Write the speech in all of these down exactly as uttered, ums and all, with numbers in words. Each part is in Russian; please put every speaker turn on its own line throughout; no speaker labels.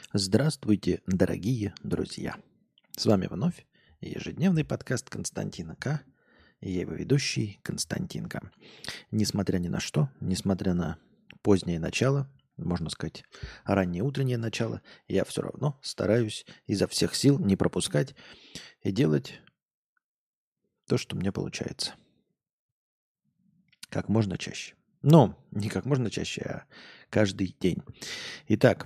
Здравствуйте, дорогие друзья! С вами вновь ежедневный подкаст Константина К. И я его ведущий Константин К. Несмотря ни на что, несмотря на позднее начало, можно сказать, раннее утреннее начало, я все равно стараюсь изо всех сил не пропускать и делать то, что мне получается. Как можно чаще. Но не как можно чаще, а каждый день. Итак,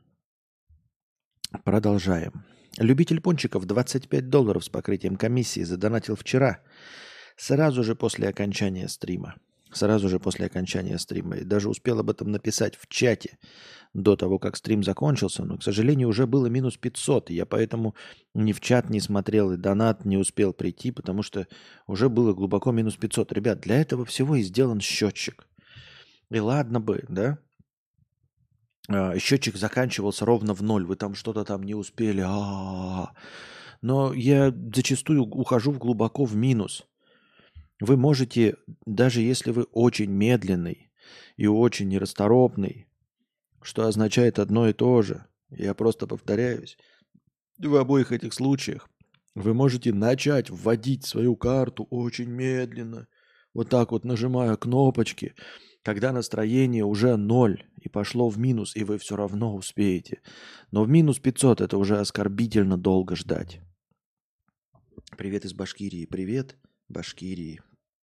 продолжаем. Любитель пончиков двадцать пять долларов с покрытием комиссии задонатил вчера, сразу же после окончания стрима. Сразу же после окончания стрима. И даже успел об этом написать в чате до того, как стрим закончился. Но, к сожалению, уже было минус пятьсот. И я поэтому ни в чат не смотрел, и донат не успел прийти, потому что уже было глубоко минус пятьсот. Ребят, для этого всего и сделан счетчик. И ладно бы, да? Счетчик заканчивался ровно в ноль. Вы там что-то там не успели. А-а-а. Но я зачастую ухожу глубоко в минус. Вы можете, даже если вы очень медленный и очень нерасторопный, что означает одно и то же, я просто повторяюсь, в обоих этих случаях вы можете начать вводить свою карту очень медленно, вот так вот нажимая кнопочки, когда настроение уже ноль и пошло в минус, и вы все равно успеете. Но в минус пятьсот это уже оскорбительно долго ждать. Привет из Башкирии. Привет, Башкирии.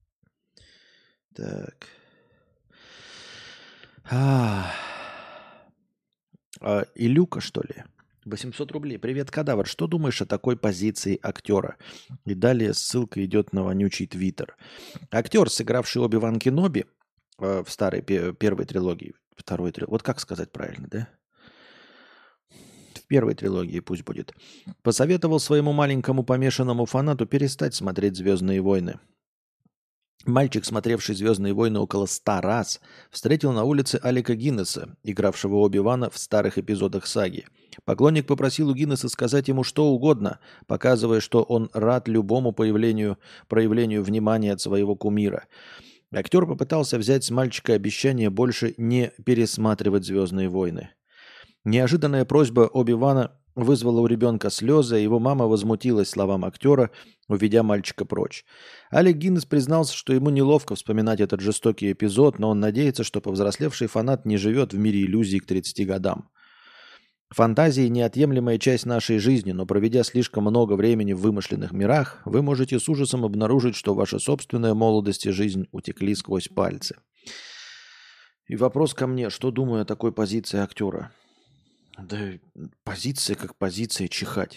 Так. А, а, Илюка, что ли? восемьсот рублей. Привет, кадавр. Что думаешь о такой позиции актера? И далее ссылка идет на вонючий твиттер. Актер, сыгравший Оби-Ван Кеноби э, в старой пе- первой трилогии, второй трилогии, вот как сказать правильно, да? В первой трилогии пусть будет. Посоветовал своему маленькому помешанному фанату перестать смотреть «Звездные войны». Мальчик, смотревший «Звездные войны» около ста раз, встретил на улице Алека Гиннесса, игравшего Оби-Вана в старых эпизодах саги. Поклонник попросил у Гиннесса сказать ему что угодно, показывая, что он рад любому появлению, проявлению внимания от своего кумира. Актер попытался взять с мальчика обещание больше не пересматривать «Звездные войны». Неожиданная просьба Оби-Вана вызвала у ребенка слезы, а его мама возмутилась словам актера, уведя мальчика прочь. Алек Гиннес признался, что ему неловко вспоминать этот жестокий эпизод, но он надеется, что повзрослевший фанат не живет в мире иллюзий к тридцати годам. Фантазии – неотъемлемая часть нашей жизни, но проведя слишком много времени в вымышленных мирах, вы можете с ужасом обнаружить, что ваша собственная молодость и жизнь утекли сквозь пальцы. И вопрос ко мне, что думаю о такой позиции актера? Да позиция как позиция чихать.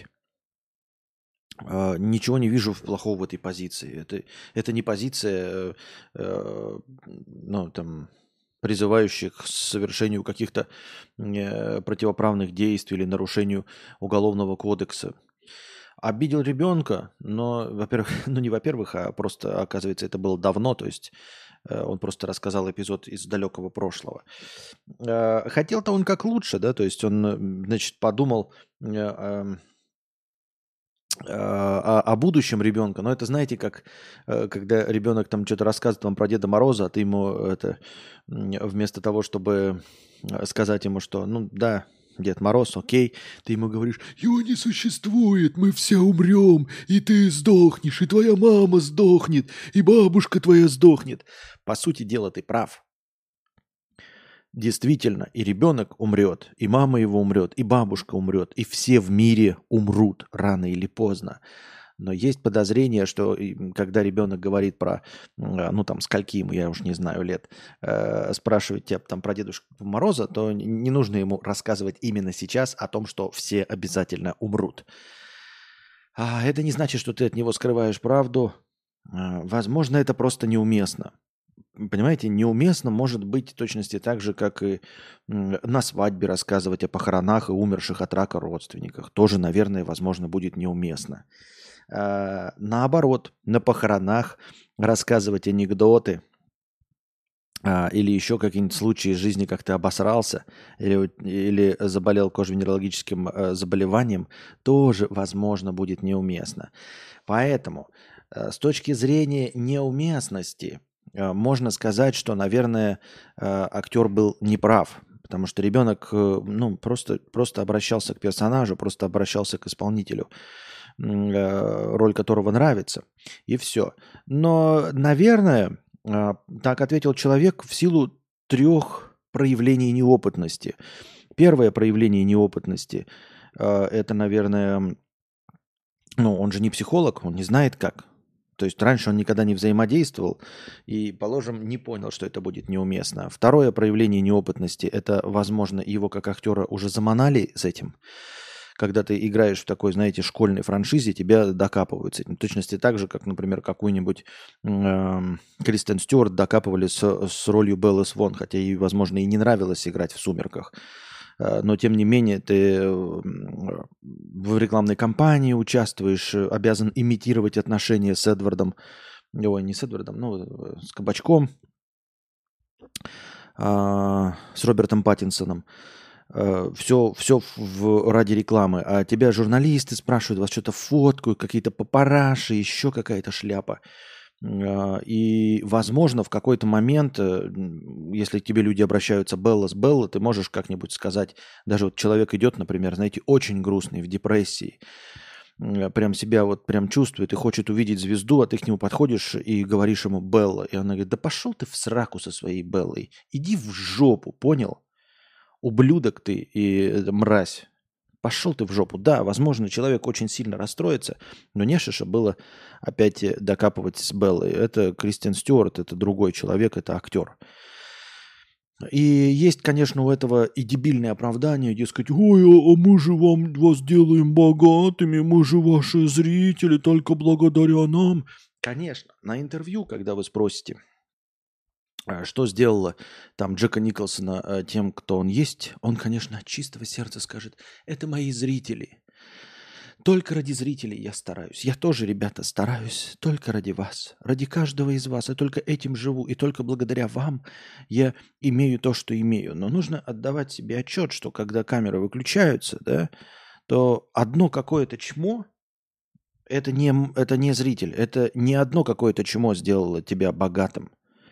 А, ничего не вижу плохого в этой позиции. Это, это не позиция, э, ну, там, призывающих к совершению каких-то э, противоправных действий или нарушению уголовного кодекса. Обидел ребенка, но, во-первых, ну не во-первых, а просто, оказывается, это было давно, то есть э, он просто рассказал эпизод из далекого прошлого. Э, хотел-то он как лучше, да, то есть он, м, значит, подумал э, эм, э, о, о будущем ребенка, но это, знаете, как э, когда ребенок там что-то рассказывает вам про Деда Мороза, а ты ему это м, вместо того, чтобы э, сказать ему, что, ну да, Дед Мороз, окей, ты ему говоришь, его не существует, мы все умрем, и ты сдохнешь, и твоя мама сдохнет, и бабушка твоя сдохнет. По сути дела, ты прав. Действительно, и ребенок умрет, и мама его умрет, и бабушка умрет, и все в мире умрут рано или поздно. Но есть подозрение, что и, когда ребенок говорит про, м, ну там, скольки ему, я уж не знаю, лет, э, спрашивает тебя там про Дедушку Мороза, то н- не нужно ему рассказывать именно сейчас о том, что все обязательно умрут. А это не значит, что ты от него скрываешь правду. А, Возможно, это просто неуместно. Понимаете, неуместно может быть в точности так же, как и м, на свадьбе рассказывать о похоронах и умерших от рака родственниках. Тоже, наверное, возможно, будет неуместно. А, наоборот, на похоронах рассказывать анекдоты а, или еще какие-нибудь случаи из жизни, как ты обосрался или, у- или заболел кожно-венерологическим э, заболеванием, тоже, возможно, будет неуместно. Поэтому э, с точки зрения неуместности э, можно сказать, что, наверное, э, актер был неправ. Потому что ребенок э, ну, просто, просто обращался к персонажу, просто обращался к исполнителю, м, э, роль которого нравится, и все. Но, наверное, э, так ответил человек в силу трех проявлений неопытности. Первое проявление неопытности э, это, наверное, ну, он же не психолог, он не знает как. То есть раньше он никогда не взаимодействовал и, положим, не понял, что это будет неуместно. Второе проявление неопытности – это, возможно, его как актера уже заманали с этим. Когда ты играешь в такой, знаете, школьной франшизе, тебя докапываются. В точности так же, как, например, какую-нибудь эм, Кристен Стюарт докапывали с, с ролью Беллы Свон, хотя ей, возможно, и не нравилось играть в «Сумерках». Э, Но, тем не менее, ты э, в рекламной кампании участвуешь, э, обязан имитировать отношения с Эдвардом, ой, не с Эдвардом, ну, э, с Кабачком, а, с Робертом Паттинсоном. Все, все в, ради рекламы. А тебя журналисты спрашивают, вас что-то фоткают, какие-то папараши, еще какая-то шляпа. А, И, возможно, в какой-то момент, э, м, если к тебе люди обращаются Белла с Белла, ты можешь как-нибудь сказать, даже вот человек идет, например, знаете, очень грустный, в депрессии, м, прям себя вот прям чувствует и хочет увидеть звезду, а ты к нему подходишь и говоришь ему Белла. И она говорит, да пошел ты в сраку со своей Беллой, иди в жопу, понял? Ублюдок ты и э, мразь. Пошел ты в жопу. Да, возможно, человек очень сильно расстроится, но не шиша было опять э, докапывать с Беллой. Это Кристиан Стюарт, это другой человек, это актер. И есть, конечно, у этого и дебильное оправдание, дескать, ой, а а мы же вам вас делаем богатыми, мы же ваши зрители, только благодаря нам. Конечно, на интервью, когда вы спросите, а, что сделала там Джека Николсона э, тем, кто он есть, он, конечно, от чистого сердца скажет, это мои зрители. Только ради зрителей я стараюсь. Я тоже, ребята, стараюсь только ради вас. Ради каждого из вас. Я только этим живу. И только благодаря вам я имею то, что имею. Но нужно отдавать себе отчет, что когда камеры выключаются, да, то одно какое-то чмо, это не, м- это не зритель. Это не одно какое-то чмо сделало тебя богатым.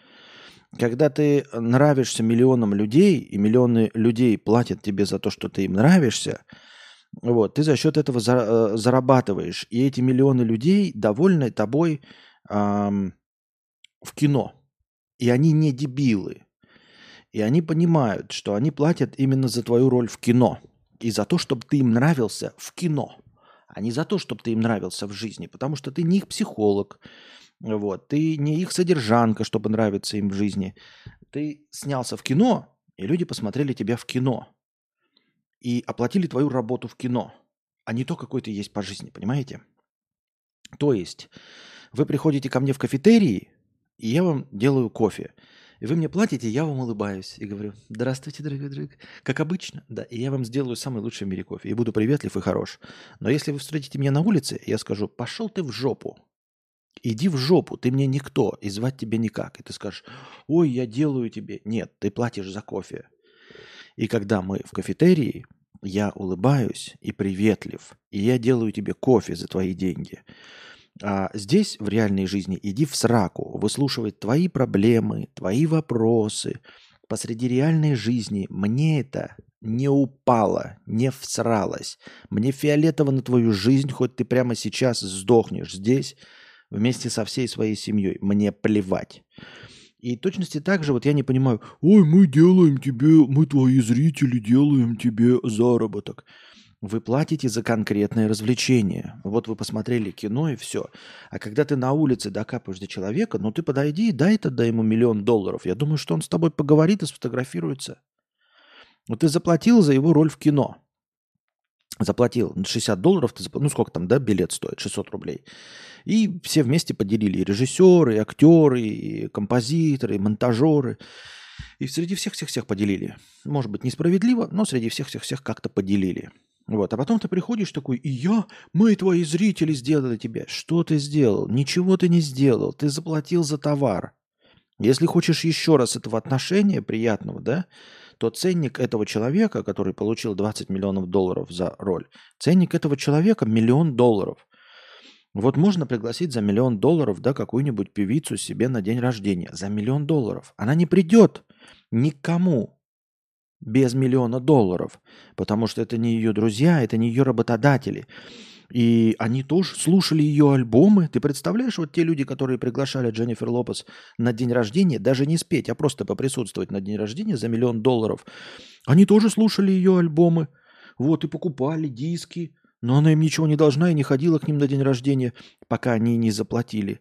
Когда ты нравишься миллионам людей, и миллионы людей платят тебе за то, что ты им нравишься, вот, ты за счет этого за- э, зарабатываешь. И эти миллионы людей довольны тобой ам, в кино. И они не дебилы. И они понимают, что они платят именно за твою роль в кино. И за то, чтобы ты им нравился в кино. А не за то, чтобы ты им нравился в жизни. Потому что ты не их психолог. Вот, ты не их содержанка, чтобы нравиться им в жизни. Ты снялся в кино, и люди посмотрели тебя в кино. И оплатили твою работу в кино. А не то, какой ты есть по жизни, понимаете? То есть вы приходите ко мне в кафетерии, и я вам делаю кофе. И вы мне платите, я вам улыбаюсь и говорю, здравствуйте, дорогой друг. Как обычно, да. И я вам сделаю самый лучший в мире кофе. И буду приветлив и хорош. Но если вы встретите меня на улице, я скажу, пошел ты в жопу. Иди в жопу, ты мне никто, и звать тебя никак. И ты скажешь, ой, я делаю тебе. Нет, ты платишь за кофе. И когда мы в кафетерии, я улыбаюсь и приветлив. И я делаю тебе кофе за твои деньги. А здесь, в реальной жизни, иди в сраку, выслушивать твои проблемы, твои вопросы. Посреди реальной жизни мне это не упало, не всралось. Мне фиолетово на твою жизнь, хоть ты прямо сейчас сдохнешь здесь вместе со всей своей семьей. Мне плевать. И точности так же вот я не понимаю, ой, мы делаем тебе, мы твои зрители делаем тебе заработок. Вы платите за конкретное развлечение. Вот вы посмотрели кино и все. А когда ты на улице докапываешь до человека, ну ты подойди и дай тогда ему миллион долларов. Я думаю, что он с тобой поговорит и сфотографируется. Но ты заплатил за его роль в кино. Заплатил шестьдесят долларов, ты заплатил, ну сколько там, да, билет стоит, шестьсот рублей. И все вместе поделили, и режиссеры, и актеры, и композиторы, и монтажеры. И среди всех-всех-всех поделили. Может быть, несправедливо, но среди всех-всех-всех как-то поделили. Вот, а потом ты приходишь такой, и я, мы, твои зрители, сделали тебе. Что ты сделал? Ничего ты не сделал. Ты заплатил за товар. Если хочешь еще раз этого отношения приятного, да, то ценник этого человека, который получил двадцать миллионов долларов за роль, ценник этого человека миллион долларов. Вот можно пригласить за миллион долларов, да, какую-нибудь певицу себе на день рождения. За миллион долларов. Она не придет никому. без миллиона долларов, потому что это не ее друзья, это не ее работодатели. И они тоже слушали ее альбомы. Ты представляешь, вот те люди, которые приглашали Дженнифер Лопес на день рождения, даже не спеть, а просто поприсутствовать на день рождения за миллион долларов, они тоже слушали ее альбомы. Вот, и покупали диски. Но она им ничего не должна и не ходила к ним на день рождения, пока они не заплатили.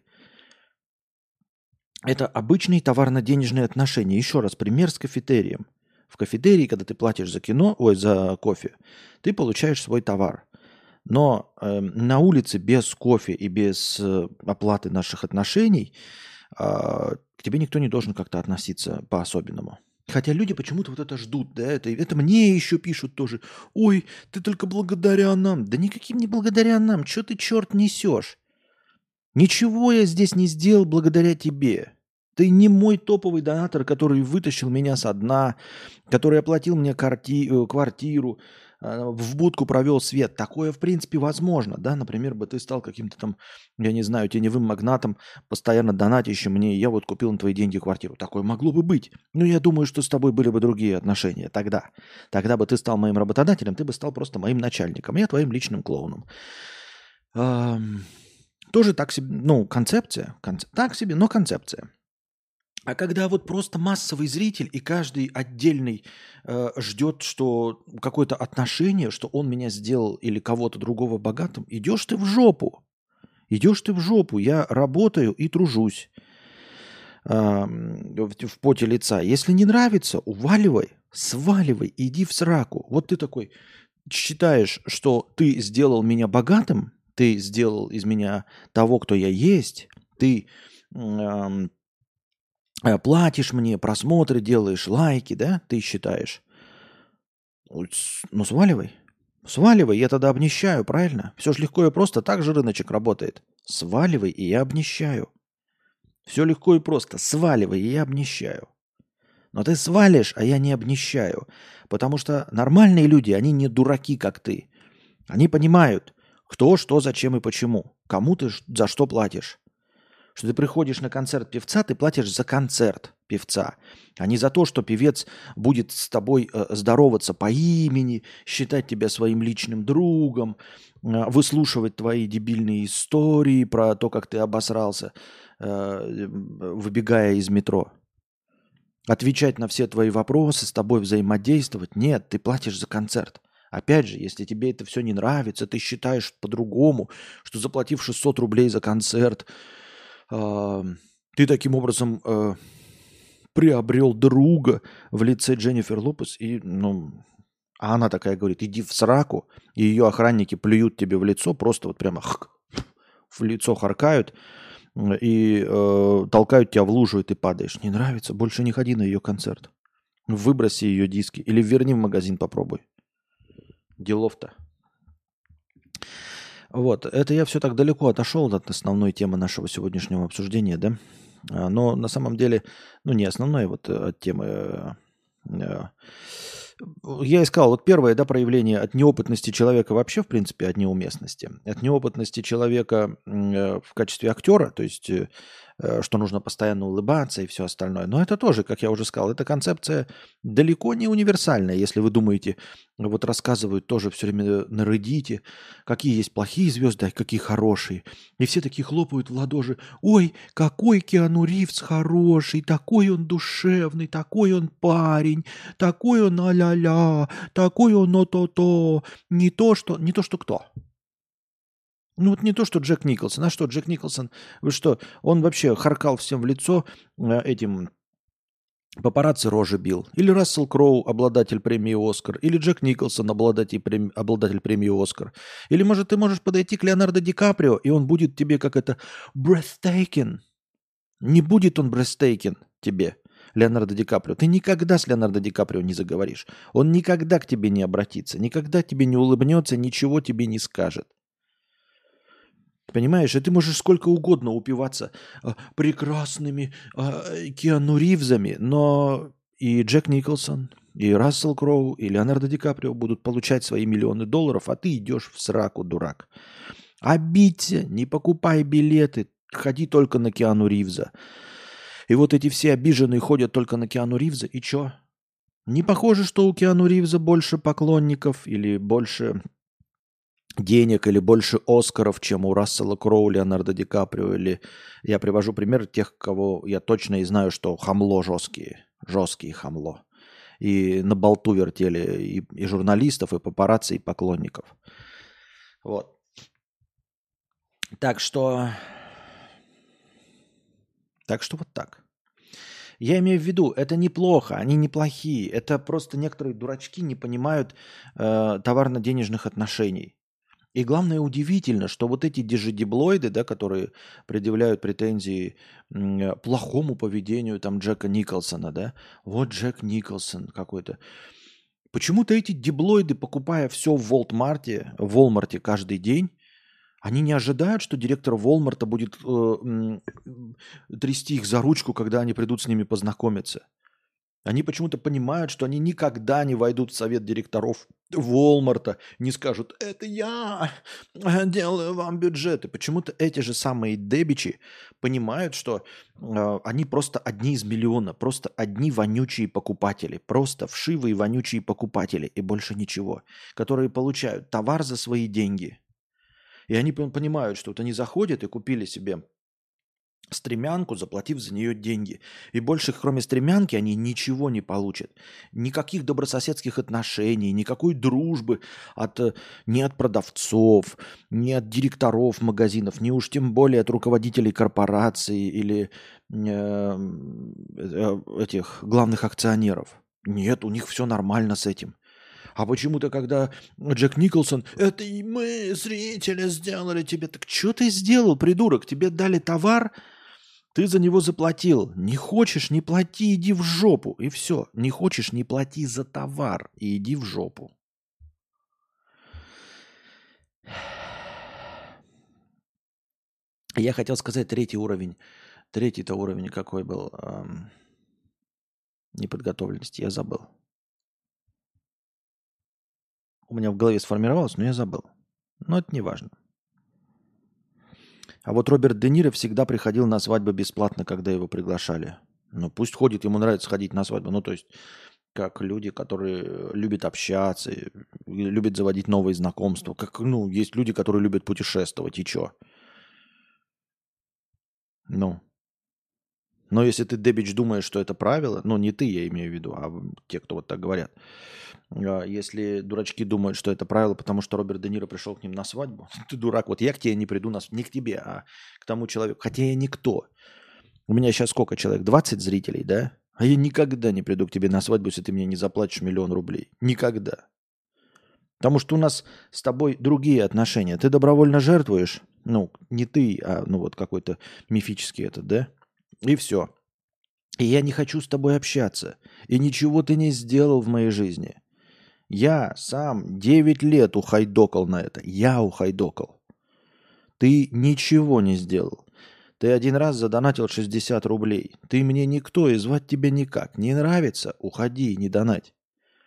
Это обычные товарно-денежные отношения. Еще раз, пример с кафетерием. В кафетерии, когда ты платишь за кино, ой, за кофе, ты получаешь свой товар. Но э, на улице без кофе и без э, оплаты наших отношений э, к тебе никто не должен как-то относиться по-особенному. Хотя люди почему-то вот это ждут, да, это, это мне еще пишут тоже. Ой, ты только благодаря нам. Да никаким не благодаря нам. Че ты, черт, несешь? Ничего я здесь не сделал благодаря тебе. Ты не мой топовый донатор, который вытащил меня со дна, который оплатил мне карти- э, квартиру, э, в будку провел свет. Такое, в принципе, возможно. Да? Например, бы ты стал каким-то там, я не знаю, теневым магнатом, постоянно донатящим мне, и я вот купил на твои деньги квартиру. Такое могло бы быть. Но я думаю, что с тобой были бы другие отношения тогда. Тогда бы ты стал моим работодателем, ты бы стал просто моим начальником, я твоим личным клоуном. Ам, Тоже так себе, ну, концепция, концеп- так себе, но концепция. А когда вот просто массовый зритель и каждый отдельный э, ждет, что какое-то отношение, что он меня сделал или кого-то другого богатым, идешь ты в жопу. Идешь ты в жопу. Я работаю и тружусь э, в, в поте лица. Если не нравится, уваливай, сваливай, иди в сраку. Вот ты такой считаешь, что ты сделал меня богатым, ты сделал из меня того, кто я есть, ты... эм, э, платишь мне, просмотры делаешь, лайки, да, ты считаешь. Вот с- Ну, сваливай. Сваливай, я тогда обнищаю, правильно? Все же легко и просто, так же рыночек работает. Сваливай, и я обнищаю. Все легко и просто. Сваливай, и я обнищаю. Но ты свалишь, а я не обнищаю. Потому что нормальные люди, они не дураки, как ты. Они понимают, кто, что, зачем и почему. Кому ты ш- за что платишь. Что ты приходишь на концерт певца, ты платишь за концерт певца, а не за то, что певец будет с тобой э, здороваться по имени, считать тебя своим личным другом, э, выслушивать твои дебильные истории про то, как ты обосрался, э, выбегая из метро. Отвечать на все твои вопросы, с тобой взаимодействовать. Нет, ты платишь за концерт. Опять же, если тебе это все не нравится, ты считаешь по-другому, что заплатив шестьсот рублей за концерт, а, ты таким образом э, приобрел друга в лице Дженнифер Лопес, и, ну, а она такая говорит, иди в сраку, и ее охранники плюют тебе в лицо, просто вот прямо хк, в лицо харкают м, и э, толкают тебя в лужу, и ты падаешь. Не нравится? Больше не ходи на ее концерт. Выброси ее диски или верни в магазин, попробуй. Делов-то. Вот, это я все так далеко отошел от основной темы нашего сегодняшнего обсуждения, да? А, Но на самом деле, ну не основной вот э, от темы. э, э, Я искал, вот первое, да, проявление от неопытности человека вообще, в принципе, от неуместности. От неопытности человека м, э, в качестве актера, то есть, э, э, что нужно постоянно улыбаться и все остальное. Но это тоже, как я уже сказал, эта концепция далеко не универсальная. Если вы думаете, вот рассказывают тоже все время на Reddit, какие есть плохие звезды, а какие хорошие. И все такие хлопают в ладоши. Ой, какой Киану Ривз хороший, такой он душевный, такой он парень, такой он а-ля-ля, такой он о-то-то. Не то, что, не то, что кто. Ну вот не то, что Джек Николсон. А что, Джек Николсон, вы что, он вообще харкал всем в лицо э, этим папарацци рожи бил. Или Рассел Кроу, обладатель премии «Оскар». Или Джек Николсон, обладатель, прем- обладатель премии «Оскар». Или, может, ты можешь подойти к Леонардо Ди Каприо, и он будет тебе как это breathtaking. Не будет он breathtaking тебе, Леонардо Ди Каприо. Ты никогда с Леонардо Ди Каприо не заговоришь. Он никогда к тебе не обратится, никогда тебе не улыбнется, ничего тебе не скажет. Понимаешь, и ты можешь сколько угодно упиваться а, прекрасными а, Киану Ривзами, но и Джек Николсон, и Рассел Кроу, и Леонардо Ди Каприо будут получать свои миллионы долларов, а ты идешь в сраку, дурак. Обидься, не покупай билеты, ходи только на Киану Ривза. И вот эти все обиженные ходят только на Киану Ривза, и чё? Не похоже, что у Киану Ривза больше поклонников или больше денег или больше Оскаров, чем у Рассела Кроу, Леонардо Ди Каприо. Или я привожу пример тех, кого я точно и знаю, что хамло жесткие. Жесткие хамло. И на болту вертели и, и журналистов, и папарацци, и поклонников. Вот. Так что... Так что вот так. Я имею в виду, это неплохо, они неплохие. Это просто некоторые дурачки не понимают э, товарно-денежных отношений. И главное, удивительно, что вот эти дижидиблоиды, да, которые предъявляют претензии м, плохому поведению там Джека Николсона, да, вот Джек Николсон какой-то. Почему-то эти диблоиды, покупая все в Волмарте, в Волмарте каждый день, они не ожидают, что директор Волмарта будет э, м, трясти их за ручку, когда они придут с ними познакомиться. Они почему-то понимают, что они никогда не войдут в совет директоров Волмарта, не скажут, это я э, делаю вам бюджеты. Почему-то эти же самые дебичи понимают, что э, они просто одни из миллиона, просто одни вонючие покупатели, просто вшивые вонючие покупатели и больше ничего, которые получают товар за свои деньги. И они понимают, что вот они заходят и купили себе стремянку, заплатив за нее деньги. И больше, кроме стремянки, они ничего не получат. Никаких добрососедских отношений, никакой дружбы от, э, ни от продавцов, ни от директоров магазинов, ни уж тем более от руководителей корпораций или э, э, этих главных акционеров. Нет, у них все нормально с этим. А почему-то, когда Джек Николсон, это и мы, зрители, сделали тебе. Так что ты сделал, придурок? Тебе дали товар, ты за него заплатил. Не хочешь, не плати, иди в жопу. И все. Не хочешь, не плати за товар. И иди в жопу. Я хотел сказать третий уровень. Третий-то уровень какой был? Эм, неподготовленности. Я забыл. У меня в голове сформировалось, но я забыл. Но это не важно. А вот Роберт Де Ниро всегда приходил на свадьбы бесплатно, когда его приглашали. Ну, пусть ходит, ему нравится ходить на свадьбу. Ну, то есть, как люди, которые любят общаться, и любят заводить новые знакомства. Как, ну, есть люди, которые любят путешествовать, и чё? Ну. Но если ты, Дебич, думаешь, что это правило, ну, не ты, я имею в виду, а те, кто вот так говорят. А Если дурачки думают, что это правило, потому что Роберт Де Ниро пришел к ним на свадьбу, ты дурак. Вот я к тебе не приду, на... не к тебе, а к тому человеку. Хотя я никто. У меня сейчас сколько человек? двадцать зрителей, да? А я никогда не приду к тебе на свадьбу, если ты мне не заплатишь миллион рублей. Никогда. Потому что у нас с тобой другие отношения. Ты добровольно жертвуешь, ну, не ты, а ну вот какой-то мифический этот, да? И все. И я не хочу с тобой общаться. И ничего ты не сделал в моей жизни. Я сам девять лет ухайдокал на это. Я ухайдокал. Ты ничего не сделал. Ты один раз задонатил шестьдесят рублей. Ты мне никто и звать тебя никак. Не нравится? Уходи, не донать.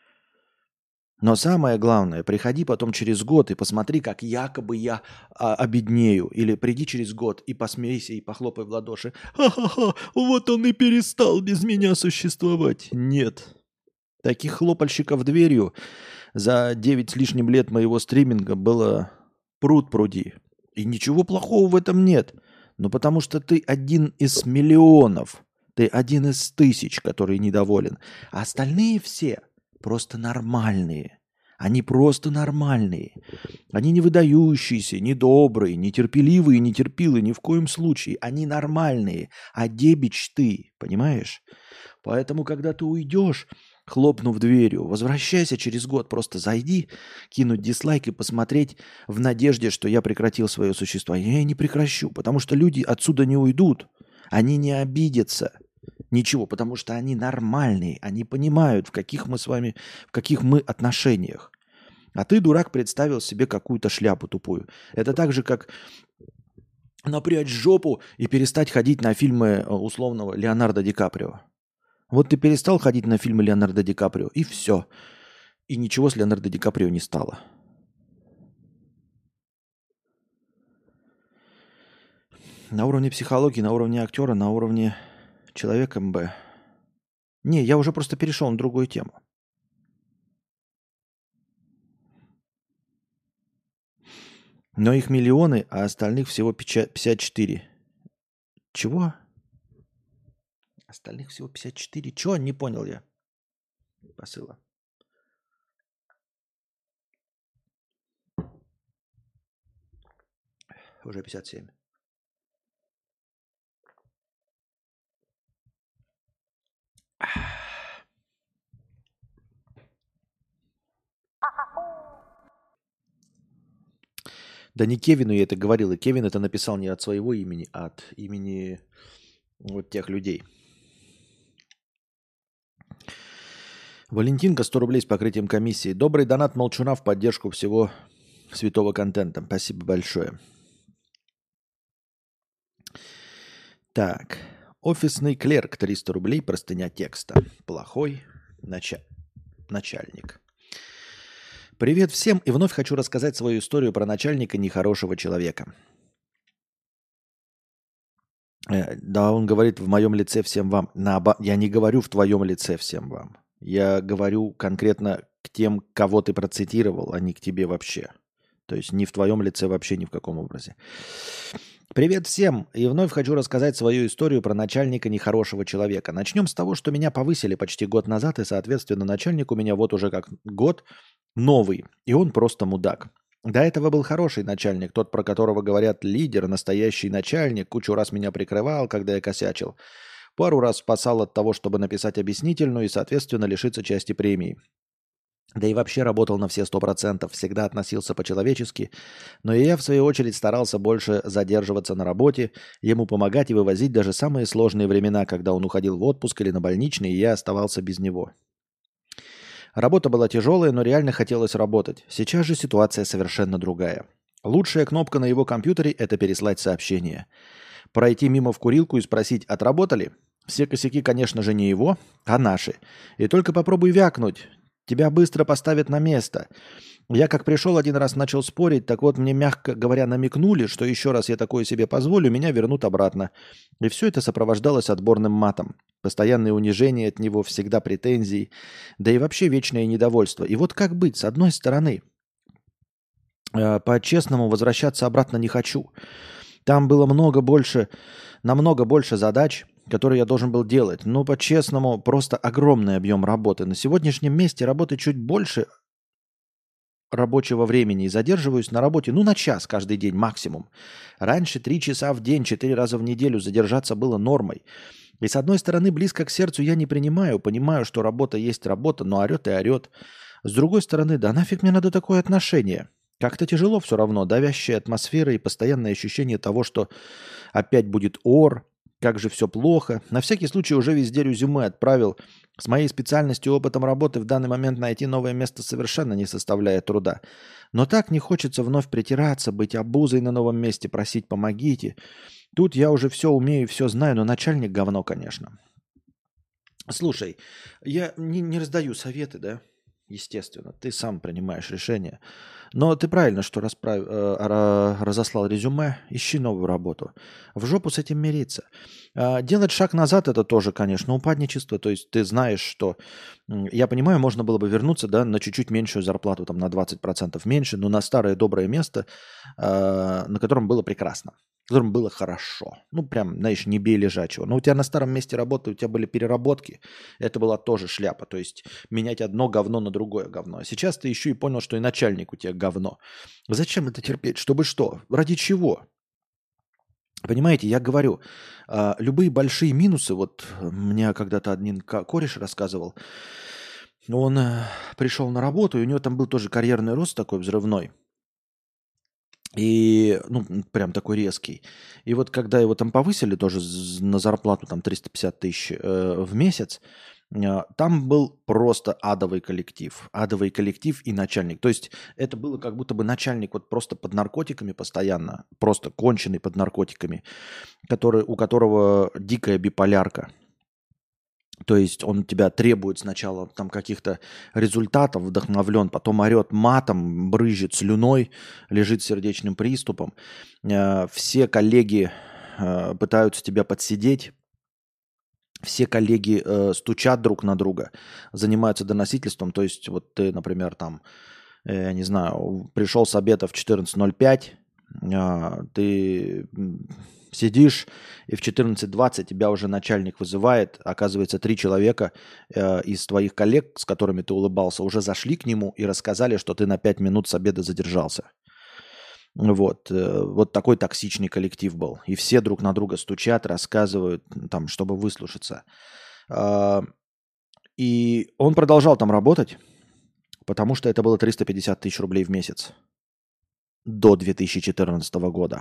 Но самое главное, приходи потом через год и посмотри, как якобы я а, обеднею. Или приди через год и посмейся, и похлопай в ладоши. Ха-ха-ха, вот он и перестал без меня существовать. Нет. Таких хлопальщиков дверью за девять с лишним лет моего стриминга было пруд пруди. И ничего плохого в этом нет. Но потому что ты один из миллионов. Ты один из тысяч, который недоволен. А остальные все просто нормальные. Они просто нормальные. Они не выдающиеся, не добрые, не терпеливые, не терпилы ни в коем случае. Они нормальные. А дебич ты, понимаешь? Поэтому, когда ты уйдешь, хлопнув дверью, возвращайся через год, просто зайди, кинуть дизлайк и посмотреть в надежде, что я прекратил свое существование. Я не прекращу, потому что люди отсюда не уйдут. Они не обидятся. Ничего, потому что они нормальные, они понимают, в каких мы с вами, в каких мы отношениях. А ты, дурак, представил себе какую-то шляпу тупую. Это так же, как напрячь жопу и перестать ходить на фильмы э, условного Леонардо Ди Каприо. Вот ты перестал ходить на фильмы Леонардо Ди Каприо, и все. И ничего с Леонардо Ди Каприо не стало. На уровне психологии, на уровне актера, на уровне человека МБ. Не, я уже просто перешел на другую тему. Но их миллионы, а остальных всего пятьдесят четыре. Чего? Остальных всего пятьдесят четыре. Чего? Не понял я. Посыла. Уже пятьдесят семь. Да не Кевину я это говорил. И Кевин это написал не от своего имени, а от имени вот тех людей. Валентинка, сто рублей с покрытием комиссии. Добрый донат Молчуна в поддержку всего святого контента. Спасибо большое. Так. Офисный клерк, триста рублей, простыня текста. Плохой нача... начальник. Привет всем, и вновь хочу рассказать свою историю про начальника нехорошего человека. Э, да, он говорит в моем лице всем вам. Наобо... Я не говорю в твоем лице всем вам. Я говорю конкретно к тем, кого ты процитировал, а не к тебе вообще. То есть не в твоем лице вообще ни в каком образе. Привет всем! И вновь хочу рассказать свою историю про начальника нехорошего человека. Начнем с того, что меня повысили почти год назад, и, соответственно, начальник у меня вот уже как год новый, и он просто мудак. До этого был хороший начальник, тот, про которого говорят лидер, настоящий начальник, кучу раз меня прикрывал, когда я косячил. Пару раз спасал от того, чтобы написать объяснительную и, соответственно, лишиться части премии. Да и вообще работал на все сто процентов, всегда относился по-человечески, но и я, в свою очередь, старался больше задерживаться на работе, ему помогать и вывозить даже самые сложные времена, когда он уходил в отпуск или на больничный, и я оставался без него. Работа была тяжелая, но реально хотелось работать. Сейчас же ситуация совершенно другая. Лучшая кнопка на его компьютере – это переслать сообщение. Пройти мимо в курилку и спросить «отработали?» Все косяки, конечно же, не его, а наши. И только попробуй вякнуть. Тебя быстро поставят на место. Я как пришел один раз начал спорить, так вот мне, мягко говоря, намекнули, что еще раз я такое себе позволю, меня вернут обратно. И все это сопровождалось отборным матом. Постоянное унижение от него, всегда претензии, да и вообще вечное недовольство. И вот как быть? С одной стороны, э, по-честному возвращаться обратно не хочу. Там было много больше, намного больше задач, которые я должен был делать. Но по-честному, просто огромный объем работы. На сегодняшнем месте работы чуть больше рабочего времени. И задерживаюсь на работе, ну, на час каждый день максимум. Раньше три часа в день, четыре раза в неделю задержаться было нормой. И с одной стороны, близко к сердцу я не принимаю. Понимаю, что работа есть работа, но орет и орет. С другой стороны, да нафиг мне надо такое отношение? Как-то тяжело все равно. Давящая атмосфера и постоянное ощущение того, что опять будет ор. Как же все плохо. На всякий случай уже везде резюме отправил. С моей специальностью и опытом работы в данный момент найти новое место совершенно не составляет труда. Но так не хочется вновь притираться, быть обузой на новом месте, просить «помогите». Тут я уже все умею и все знаю, но начальник говно, конечно. Слушай, я не, не раздаю советы, да? Естественно, ты сам принимаешь решение. Но ты правильно, что расправ... э, ра- разослал резюме, ищи новую работу. В жопу с этим мириться. А, делать шаг назад – это тоже, конечно, упадничество. То есть ты знаешь, что… м, Я понимаю, можно было бы вернуться, да, на чуть-чуть меньшую зарплату, там, на двадцать процентов меньше, но на старое доброе место, а, на котором было прекрасно, в котором было хорошо. Ну, прям, знаешь, не бей лежачего. Но у тебя на старом месте работы, у тебя были переработки. Это была тоже шляпа. То есть менять одно говно на другое говно. А сейчас ты еще и понял, что и начальник у тебя говно. Зачем это терпеть? Чтобы что? Ради чего? Понимаете, я говорю, а, любые большие минусы, вот мне когда-то один ка- кореш рассказывал, он э, пришел на работу, и у него там был тоже карьерный рост такой взрывной. И, ну, м, прям такой резкий. И вот когда его там повысили тоже з- на зарплату там триста пятьдесят тысяч э, в месяц, э, там был просто адовый коллектив. Адовый коллектив и начальник. То есть это было как будто бы начальник вот просто под наркотиками постоянно, просто конченый под наркотиками, который, у которого дикая биполярка. То есть он тебя требует сначала там каких-то результатов, вдохновлен, потом орет матом, брызжет слюной, лежит с сердечным приступом. Э, Все коллеги э, пытаются тебя подсидеть, все коллеги э, стучат друг на друга, занимаются доносительством. То есть вот ты, например, там, э, я не знаю, пришел с обеда в четырнадцать ноль пять, А, ты м, сидишь, и в четырнадцать двадцать тебя уже начальник вызывает. Оказывается, три человека э, из твоих коллег, с которыми ты улыбался, уже зашли к нему и рассказали, что ты на пять минут с обеда задержался. Вот, э, вот такой токсичный коллектив был. И все друг на друга стучат, рассказывают, м, там, чтобы выслушаться. А, И он продолжал там работать, потому что это было триста пятьдесят тысяч рублей в месяц до две тысячи четырнадцатого года.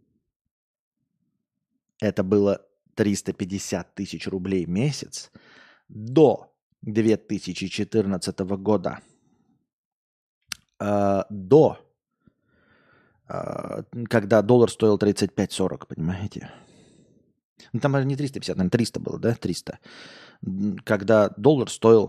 Это было триста пятьдесят тысяч рублей в месяц до две тысячи четырнадцатого года. А, до, а, когда доллар стоил тридцать пять сорок, понимаете? Ну, там даже не триста пятьдесят, наверное, триста было, да? триста. М, Когда доллар стоил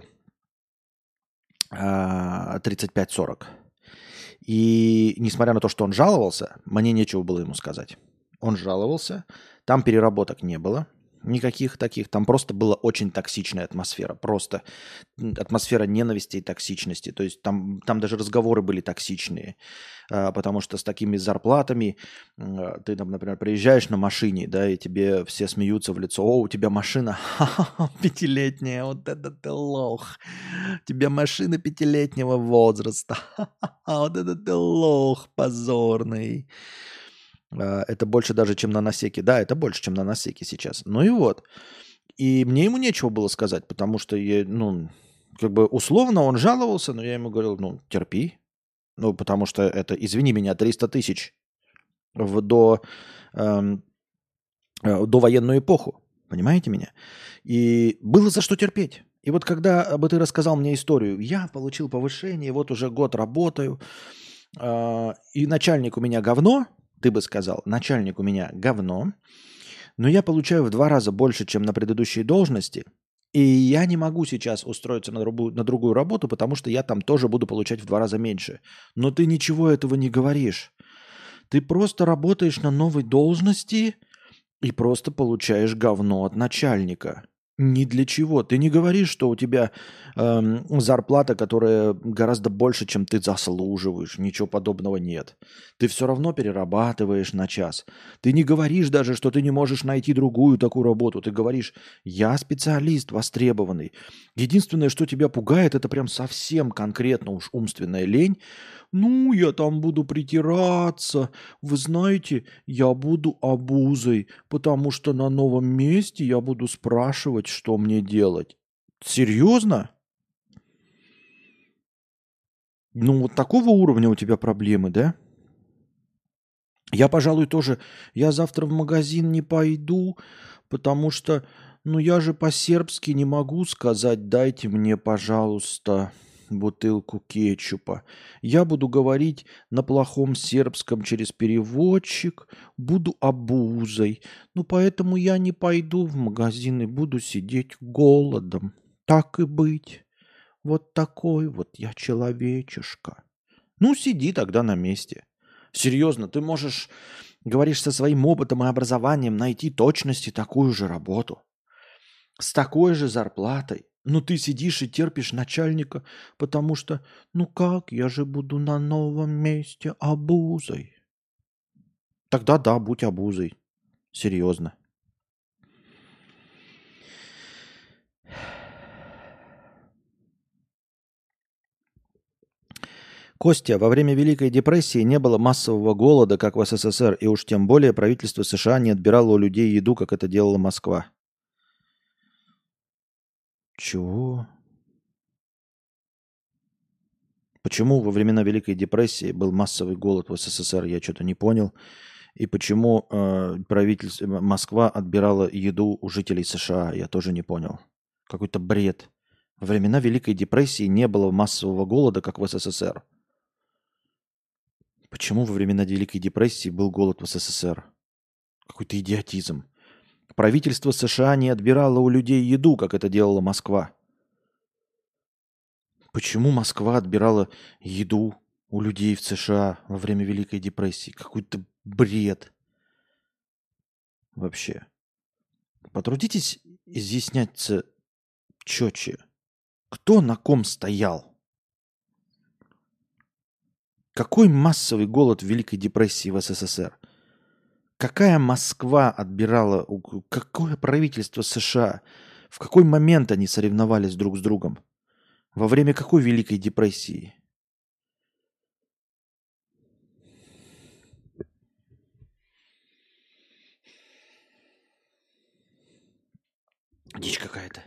а, тридцать пять сорок. И несмотря на то, что он жаловался, мне нечего было ему сказать. Он жаловался, там переработок не было, никаких таких, там просто была очень токсичная атмосфера, просто м, атмосфера ненависти и токсичности. То есть там, там даже разговоры были токсичные, а, потому что с такими зарплатами м, а, ты там, например, приезжаешь на машине, да, и тебе все смеются в лицо: о, у тебя машина пятилетняя, вот это ты лох, у тебя машина пятилетнего возраста, вот это ты лох позорный. А, Это больше даже, чем на Насеке. Да, это больше, чем на Насеке сейчас. Ну и вот. И мне ему нечего было сказать, потому что, я, ну, как бы условно он жаловался, но я ему говорил, ну, терпи. Ну, потому что это, извини меня, триста тысяч в до, эм, э, до военную эпоху. Понимаете меня? И было за что терпеть. И вот когда бы ты рассказал мне историю, я получил повышение, вот уже год работаю, а, и начальник у меня говно, ты бы сказал, начальник у меня говно, но я получаю в два раза больше, чем на предыдущей должности, и я не могу сейчас устроиться на другую, на другую работу, потому что я там тоже буду получать в два раза меньше. Но ты ничего этого не говоришь. Ты просто работаешь на новой должности и просто получаешь говно от начальника. Ни для чего. Ты не говоришь, что у тебя эм, зарплата, которая гораздо больше, чем ты заслуживаешь. Ничего подобного нет. Ты все равно перерабатываешь на час. Ты не говоришь даже, что ты не можешь найти другую такую работу. Ты говоришь: я специалист востребованный. Единственное, что тебя пугает, это прям совсем конкретно уж умственная лень. Ну, я там буду притираться. Вы знаете, я буду обузой, потому что на новом месте я буду спрашивать, что мне делать. Серьезно? Ну, вот такого уровня у тебя проблемы, да? Я, пожалуй, тоже. Я завтра в магазин не пойду, потому что, ну, я же по-сербски не могу сказать: дайте мне, пожалуйста, бутылку кетчупа. Я буду говорить на плохом сербском через переводчик, буду обузой. Ну, поэтому я не пойду в магазин и буду сидеть голодом. Так и быть. Вот такой вот я человечишка. Ну, сиди тогда на месте. Серьезно, ты можешь, говоришь, со своим опытом и образованием найти точности такую же работу. С такой же зарплатой. Но ты сидишь и терпишь начальника, потому что, ну как, я же буду на новом месте обузой. Тогда да, будь обузой. Серьезно. Костя, во время Великой депрессии не было массового голода, как в СССР, и уж тем более правительство США не отбирало у людей еду, как это делала Москва. Чего? Почему во времена Великой депрессии был массовый голод в СССР, я что-то не понял. И почему э, правительство М- Москва отбирала еду у жителей США, я тоже не понял. Какой-то бред. Во времена Великой депрессии не было массового голода, как в СССР. Почему во времена Великой депрессии был голод в СССР? Какой-то идиотизм. Правительство США не отбирало у людей еду, как это делала Москва. Почему Москва отбирала еду у людей в США во время Великой депрессии? Какой-то бред вообще. Потрудитесь изъясняться четче. Кто на ком стоял? Какой массовый голод в Великой депрессии в СССР? Какая Москва отбирала, у- какое правительство США? В какой момент они соревновались друг с другом? Во время какой Великой депрессии? Дичь какая-то.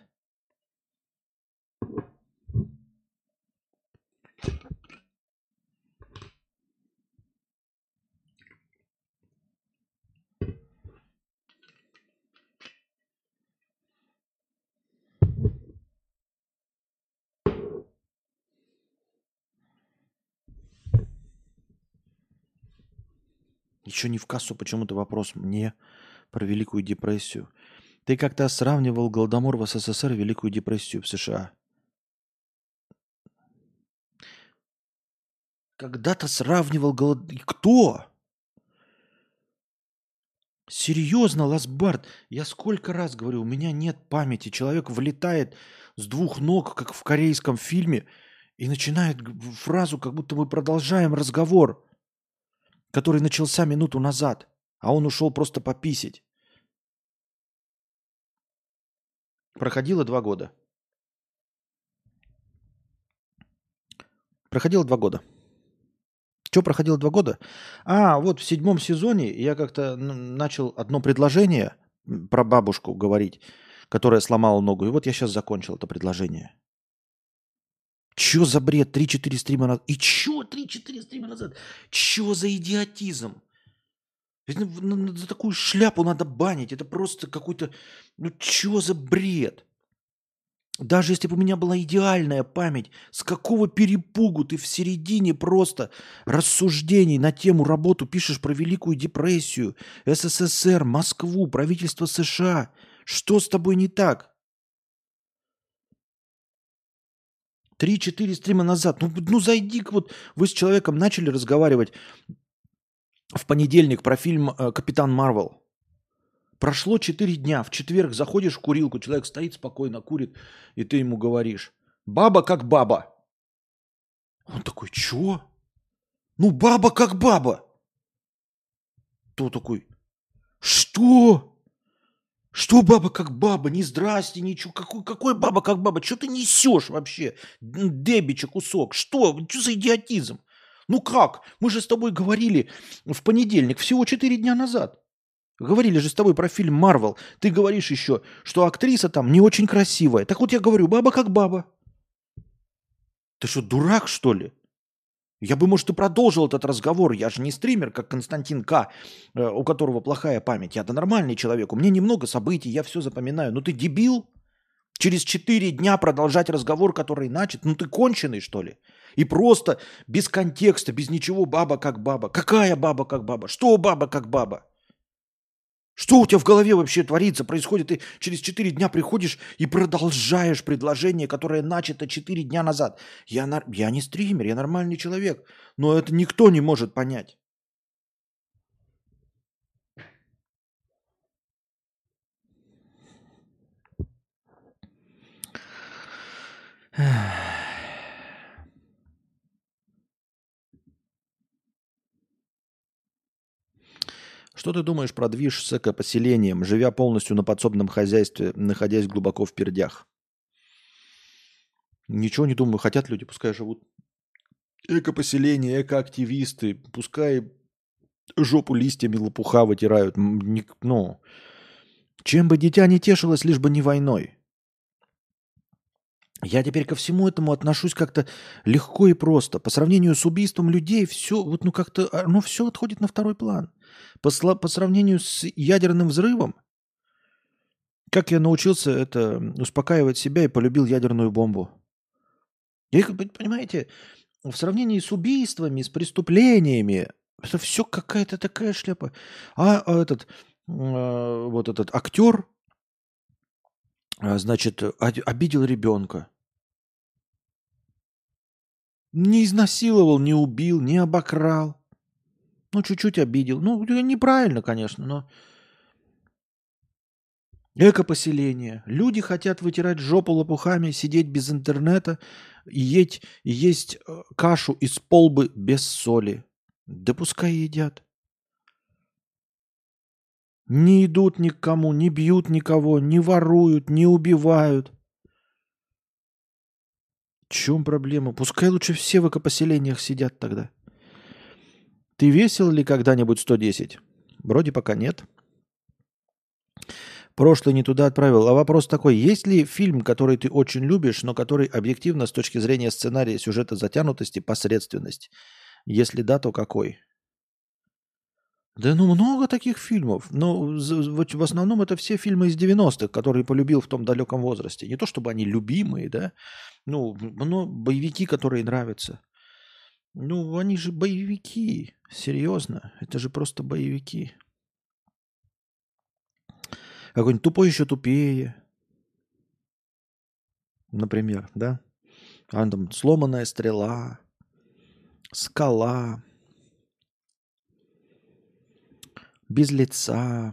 Еще не в кассу почему-то вопрос мне про Великую депрессию. Ты как-то сравнивал Голодомор в СССР и Великую депрессию в США. Когда-то сравнивал голод... Кто? Серьезно, Ласбард? Я сколько раз говорю, у меня нет памяти. Человек влетает с двух ног, как в корейском фильме, и начинает г- фразу, как будто мы продолжаем разговор, который начался минуту назад, а он ушел просто пописить. Проходило два года. Проходило два года. Что проходило два года? А, вот в седьмом сезоне я как-то н- начал одно предложение м, про бабушку говорить, которая сломала ногу. И вот я сейчас закончил это предложение. Чё за бред? Три-четыре стрима назад. И чё три-четыре стрима назад? Чё за идиотизм? Ведь ну, ну, ну, за такую шляпу надо банить. Это просто какой-то... Ну чё за бред? Даже если бы у меня была идеальная память, с какого перепугу ты в середине просто рассуждений на тему работу пишешь про Великую депрессию, СССР, Москву, правительство США? Что с тобой не так? Три-четыре стрима назад. Ну, ну зайди, вот вы с человеком начали разговаривать в понедельник про фильм э, «Капитан Марвел». Прошло четыре дня. В четверг заходишь в курилку, человек стоит спокойно, курит, и ты ему говоришь: «Баба как баба». Он такой: «Чё? Ну, баба как баба». То такой: «Что? Что баба как баба? Ни здрасте, ничего. Какой, какой баба как баба? Что ты несешь вообще? М, Дебича кусок. Что? Что за идиотизм? Ну как? Мы же с тобой говорили в понедельник, всего четыре дня назад. Говорили же с тобой про фильм «Марвел». Ты говоришь еще, что актриса там не очень красивая. Так вот я говорю, баба как баба. Ты что, дурак, что ли? Я бы, может, и продолжил этот разговор. Я же не стример, как Константин К., э, у которого плохая память. Я-то нормальный человек. У меня немного событий, я все запоминаю. Ну ты дебил? Через четыре дня продолжать разговор, который начат? Ну ты конченый, что ли? И просто без контекста, без ничего, баба как баба. Какая баба как баба? Что баба как баба? Что у тебя в голове вообще творится, происходит? Ты через четыре дня приходишь и продолжаешь предложение, которое начато четыре дня назад. Я, нар- я не стример, я нормальный человек. Но это никто не может понять. Что ты думаешь про движ с экопоселением, живя полностью на подсобном хозяйстве, находясь глубоко в пердях? Ничего не думаю. Хотят люди, пускай живут. Экопоселение, экоактивисты, пускай жопу листьями лопуха вытирают. М, не- Ну, чем бы дитя не тешилось, лишь бы не войной. Я теперь ко всему этому отношусь как-то легко и просто. По сравнению с убийством людей, все, вот, ну как-то, а, ну, все отходит на второй план. По, сла- по сравнению с ядерным взрывом, как я научился это успокаивать себя и полюбил ядерную бомбу. И, как бы, понимаете, в сравнении с убийствами, с преступлениями, это все какая-то такая шляпа. А, а этот, э, вот этот актер, а, значит, о- обидел ребенка. Не изнасиловал, не убил, не обокрал. Ну, чуть-чуть обидел. Ну, э, неправильно, конечно, но Экопоселение. Люди хотят вытирать жопу лопухами, сидеть без интернета и есть, и есть э, кашу из полбы без соли. Да пускай едят. Не идут ни к кому, не бьют никого, не воруют, не убивают. В чем проблема? Пускай лучше все в экопоселениях сидят тогда. Ты весил ли когда-нибудь сто десять? Вроде пока нет. Прошлый не туда отправил. А вопрос такой, есть ли фильм, который ты очень любишь, но который объективно с точки зрения сценария, сюжета, затянутости, посредственность? Если да, то какой? Да ну много таких фильмов. Но в основном это все фильмы из девяностых, которые полюбил в том далеком возрасте. Не то чтобы они любимые, да. Ну, но боевики, которые нравятся. Ну, они же боевики. Серьезно. Это же просто боевики. Какой-нибудь тупой еще тупее. Например, да? А там сломанная стрела, скала, без лица.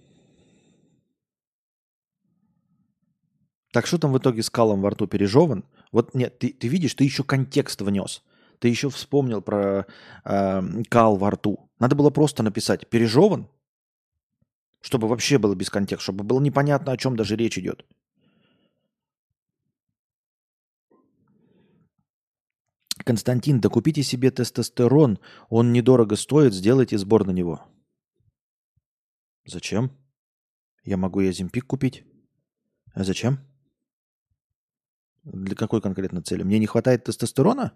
Так что там в итоге с калом во рту пережеван? Вот нет, ты, ты видишь, ты еще контекст внес. Ты еще вспомнил про э, кал во рту. Надо было просто написать пережеван, чтобы вообще было без контекста, чтобы было непонятно, о чем даже речь идет. Константин, да купите себе тестостерон, он недорого стоит, сделайте сбор на него. Зачем? Я могу и Оземпик купить. А зачем? Для какой конкретно цели? Мне не хватает тестостерона?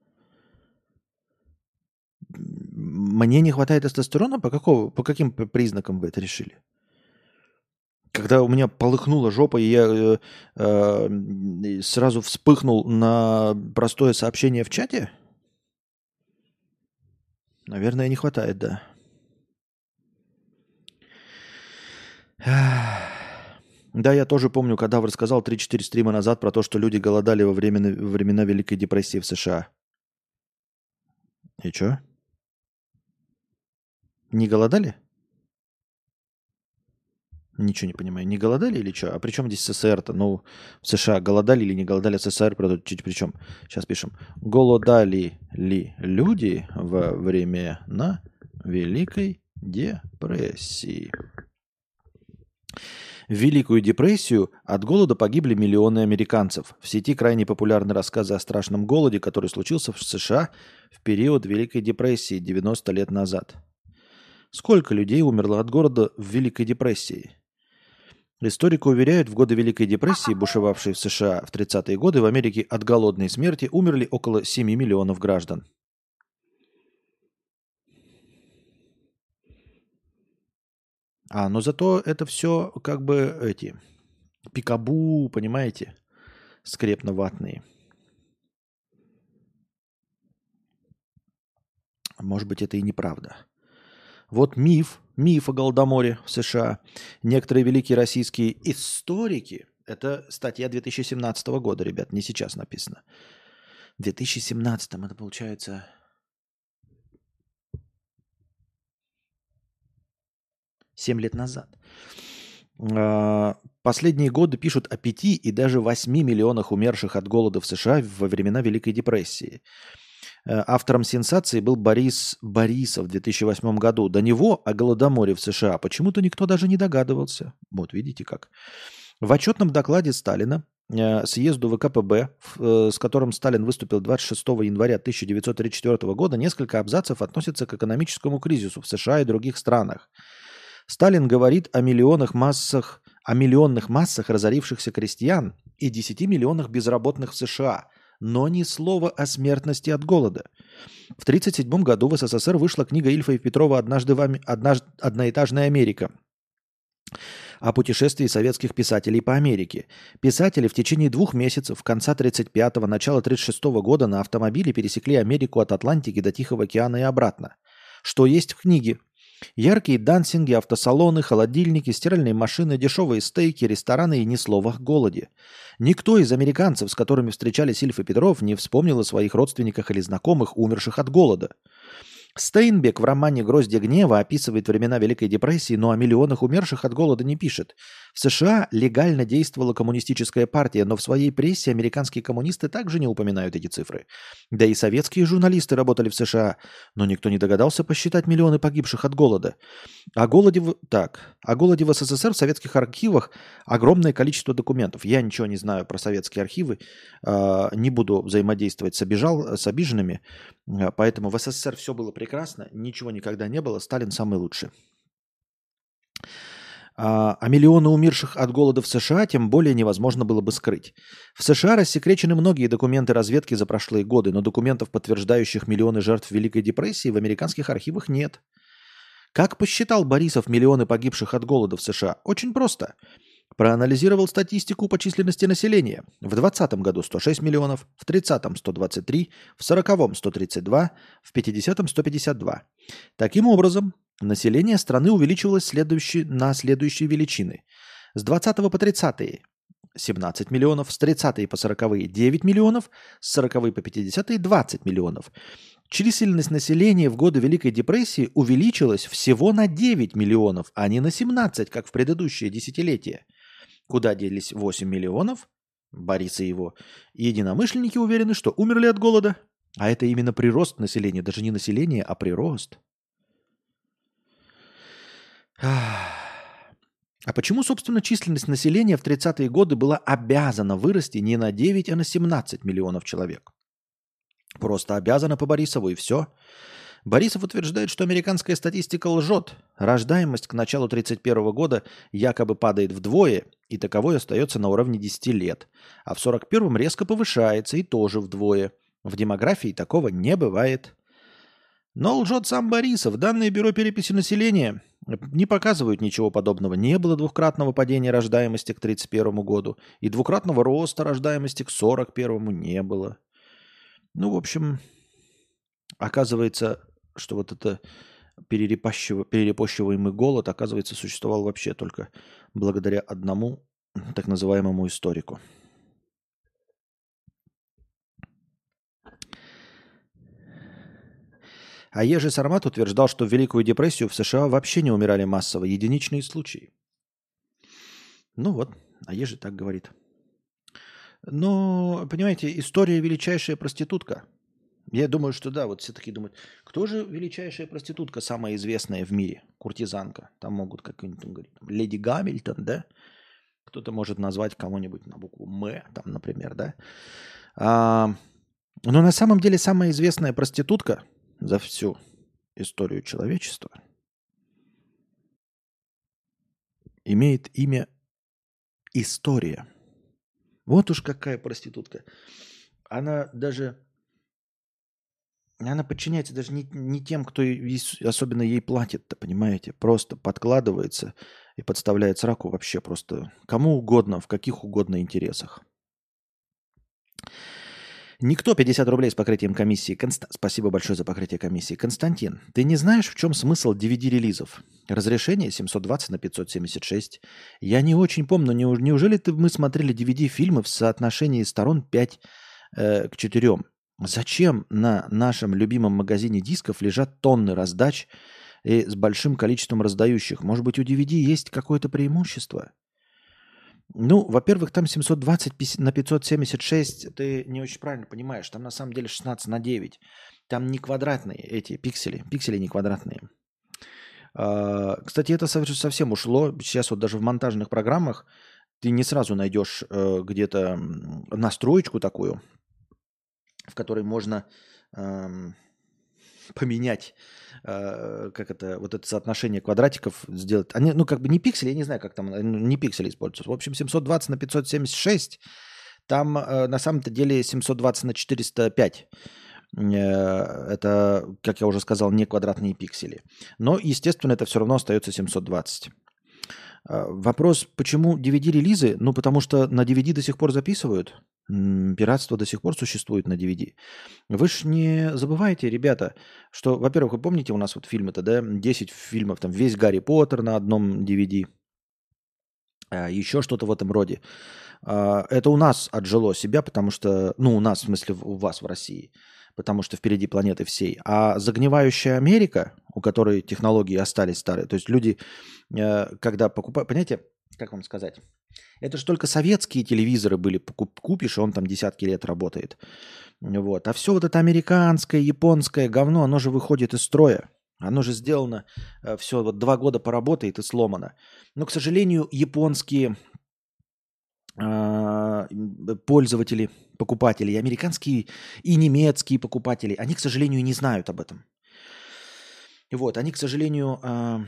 Мне не хватает тестостерона? По, какого, по каким признакам вы это решили? Когда у меня полыхнула жопа, и я э, э, сразу вспыхнул на простое сообщение в чате? Наверное, не хватает, да. Да, я тоже помню, Кадавр сказал три-четыре стрима назад про то, что люди голодали во времена, времена Великой депрессии в США. И что? Не голодали? Ничего не понимаю. Не голодали или что? А при чем здесь СССР-то? Ну, в США голодали или не голодали? СССР, чуть при чем? Сейчас пишем. Голодали ли люди во времена Великой депрессии? В Великую депрессию от голода погибли миллионы американцев. В сети крайне популярны рассказы о страшном голоде, который случился в США в период Великой депрессии девяносто лет назад. Сколько людей умерло от голода в Великой депрессии? Историки уверяют, в годы Великой депрессии, бушевавшей в США в тридцатые годы, в Америке от голодной смерти умерли около семи миллионов граждан. А, но зато это все как бы эти пикабу, понимаете, скрепно-ватные. Может быть, это и неправда. Вот миф, миф о Голодоморе в США. Некоторые великие российские историки, это статья две тысячи семнадцатого года, ребят, не сейчас написано. В две тысячи семнадцатом, это получается семь лет назад. Последние годы пишут о пяти и даже восьми миллионах умерших от голода в США во времена Великой депрессии. Автором сенсации был Борис Борисов в две тысячи восьмом году. До него о Голодоморе в США почему-то никто даже не догадывался. Вот видите как. В отчетном докладе Сталина съезду вэ ка пэ бэ, с которым Сталин выступил двадцать шестого января тысяча девятьсот тридцать четвёртого года, несколько абзацев относятся к экономическому кризису в США и других странах. Сталин говорит о миллионах массах, о миллионных массах разорившихся крестьян и десяти миллионах безработных в США, но ни слова о смертности от голода. В тысяча девятьсот тридцать седьмом году в СССР вышла книга Ильфа и Петрова «Однажды в Ами... Однажды... «Одноэтажная Америка» о путешествии советских писателей по Америке. Писатели в течение двух месяцев, конца тридцать пятого, начала тридцать шестого года на автомобиле пересекли Америку от Атлантики до Тихого океана и обратно. Что есть в книге? Яркие дансинги, автосалоны, холодильники, стиральные машины, дешевые стейки, рестораны и ни слова о голоде. Никто из американцев, с которыми встречались Ильф и Петров, не вспомнил о своих родственниках или знакомых, умерших от голода. Стейнбек в романе «Гроздья гнева» описывает времена Великой депрессии, но о миллионах умерших от голода не пишет. В США легально действовала коммунистическая партия, но в своей прессе американские коммунисты также не упоминают эти цифры. Да и советские журналисты работали в США, но никто не догадался посчитать миллионы погибших от голода. О голоде в... Так, о голоде в СССР в советских архивах огромное количество документов. Я ничего не знаю про советские архивы, э, не буду взаимодействовать с, обижал... с обиженными, э, поэтому в СССР все было прекрасно, ничего никогда не было, Сталин самый лучший. А, а миллионы умерших от голода в США тем более невозможно было бы скрыть. В США рассекречены многие документы разведки за прошлые годы, но документов, подтверждающих миллионы жертв Великой депрессии, в американских архивах нет. Как посчитал Борисов миллионы погибших от голода в США? Очень просто. Проанализировал статистику по численности населения. В двадцатом году сто шесть миллионов, в тридцатом сто двадцать три, в сороковом сто тридцать два, в пятидесятом сто пятьдесят два. Таким образом, население страны увеличивалось следующие, на следующие величины. С двадцатого по тридцатый семнадцать миллионов, с тридцатого по сороковые девять миллионов, с сорокового по пятидесятый двадцать миллионов. Численность населения в годы Великой депрессии увеличилась всего на девять миллионов, а не на семнадцать, как в предыдущее десятилетие. Куда делись восемь миллионов? Борис и его единомышленники уверены, что умерли от голода. А это именно прирост населения, даже не население, а прирост. А почему, собственно, численность населения в тридцатые годы была обязана вырасти не на девять, а на семнадцать миллионов человек? Просто обязана по Борисову, и все. Борисов утверждает, что американская статистика лжет. Рождаемость к началу тридцать первого года якобы падает вдвое, и таковой остается на уровне десяти лет. А в сорок первом резко повышается, и тоже вдвое. В демографии такого не бывает. Но лжет сам Борисов. Данные Бюро переписи населения не показывают ничего подобного. Не было двукратного падения рождаемости к тридцать первому году. И двукратного роста рождаемости к сорок первому не было. Ну, в общем, оказывается, что вот это перерепощиваемый голод, оказывается, существовал вообще только благодаря одному так называемому историку. А Ежи Сармат утверждал, что в Великую депрессию в США вообще не умирали массово, единичные случаи. Ну вот, а Ежи так говорит. Но, понимаете, история величайшая проститутка. Я думаю, что да, вот все такие думают, кто же величайшая проститутка, самая известная в мире? Куртизанка. Там могут как-нибудь там говорить, там, Леди Гамильтон, да? Кто-то может назвать кого-нибудь на букву М, там, например, да? А, но на самом деле самая известная проститутка за всю историю человечества имеет имя История. Вот уж какая проститутка. Она даже... Она подчиняется даже не, не тем, кто ей, особенно ей платит-то, понимаете? Просто подкладывается и подставляет сраку вообще просто кому угодно, в каких угодно интересах. Никто, пятьдесят рублей с покрытием комиссии. Конст... Спасибо большое за покрытие комиссии. Константин, ты не знаешь, в чем смысл ди ви ди-релизов? Разрешение семьсот двадцать на пятьсот семьдесят шесть. Я не очень помню, неужели ты, мы смотрели ди ви ди-фильмы в соотношении сторон пять э, к четырем? Зачем на нашем любимом магазине дисков лежат тонны раздач и с большим количеством раздающих? Может быть, у ди ви ди есть какое-то преимущество? Ну, во-первых, там семьсот двадцать на пятьсот семьдесят шесть, ты не очень правильно понимаешь, там на самом деле шестнадцать на девять. Там не квадратные эти пиксели, пиксели не квадратные. А, кстати, это совсем ушло. Сейчас вот даже в монтажных программах ты не сразу найдешь э, где-то настроечку такую, в которой можно э, поменять э, как это, вот это соотношение квадратиков сделать. Они, ну, как бы не пиксели, я не знаю, как там, не пиксели используются. В общем, семьсот двадцать на пятьсот семьдесят шесть, там э, на самом-то деле семьсот двадцать на четыреста пять. Э, это, как я уже сказал, не квадратные пиксели. Но, естественно, это все равно остается семьсот двадцать. Э, вопрос, почему ди ви ди-релизы? Ну, потому что на ди ви ди до сих пор записывают. Пиратство до сих пор существует на ди ви ди. Вы ж не забывайте, ребята, что, во-первых, вы помните, у нас вот фильмы-то, да, десять фильмов, там весь Гарри Поттер на одном ди ви ди, а, еще что-то в этом роде. А, это у нас отжило себя, потому что, ну, у нас, в смысле, у вас в России, потому что впереди планеты всей. А загнивающая Америка, у которой технологии остались старые, то есть люди, когда покупают, понимаете, как вам сказать, это же только советские телевизоры были, покуп- купишь, и он там десятки лет работает. Вот. А все вот это американское, японское говно, оно же выходит из строя. Оно же сделано, все, вот два года поработает и сломано. Но, к сожалению, японские а, м, пользователи, покупатели, и американские и немецкие покупатели, они, к сожалению, не знают об этом. Вот, они, к сожалению, а,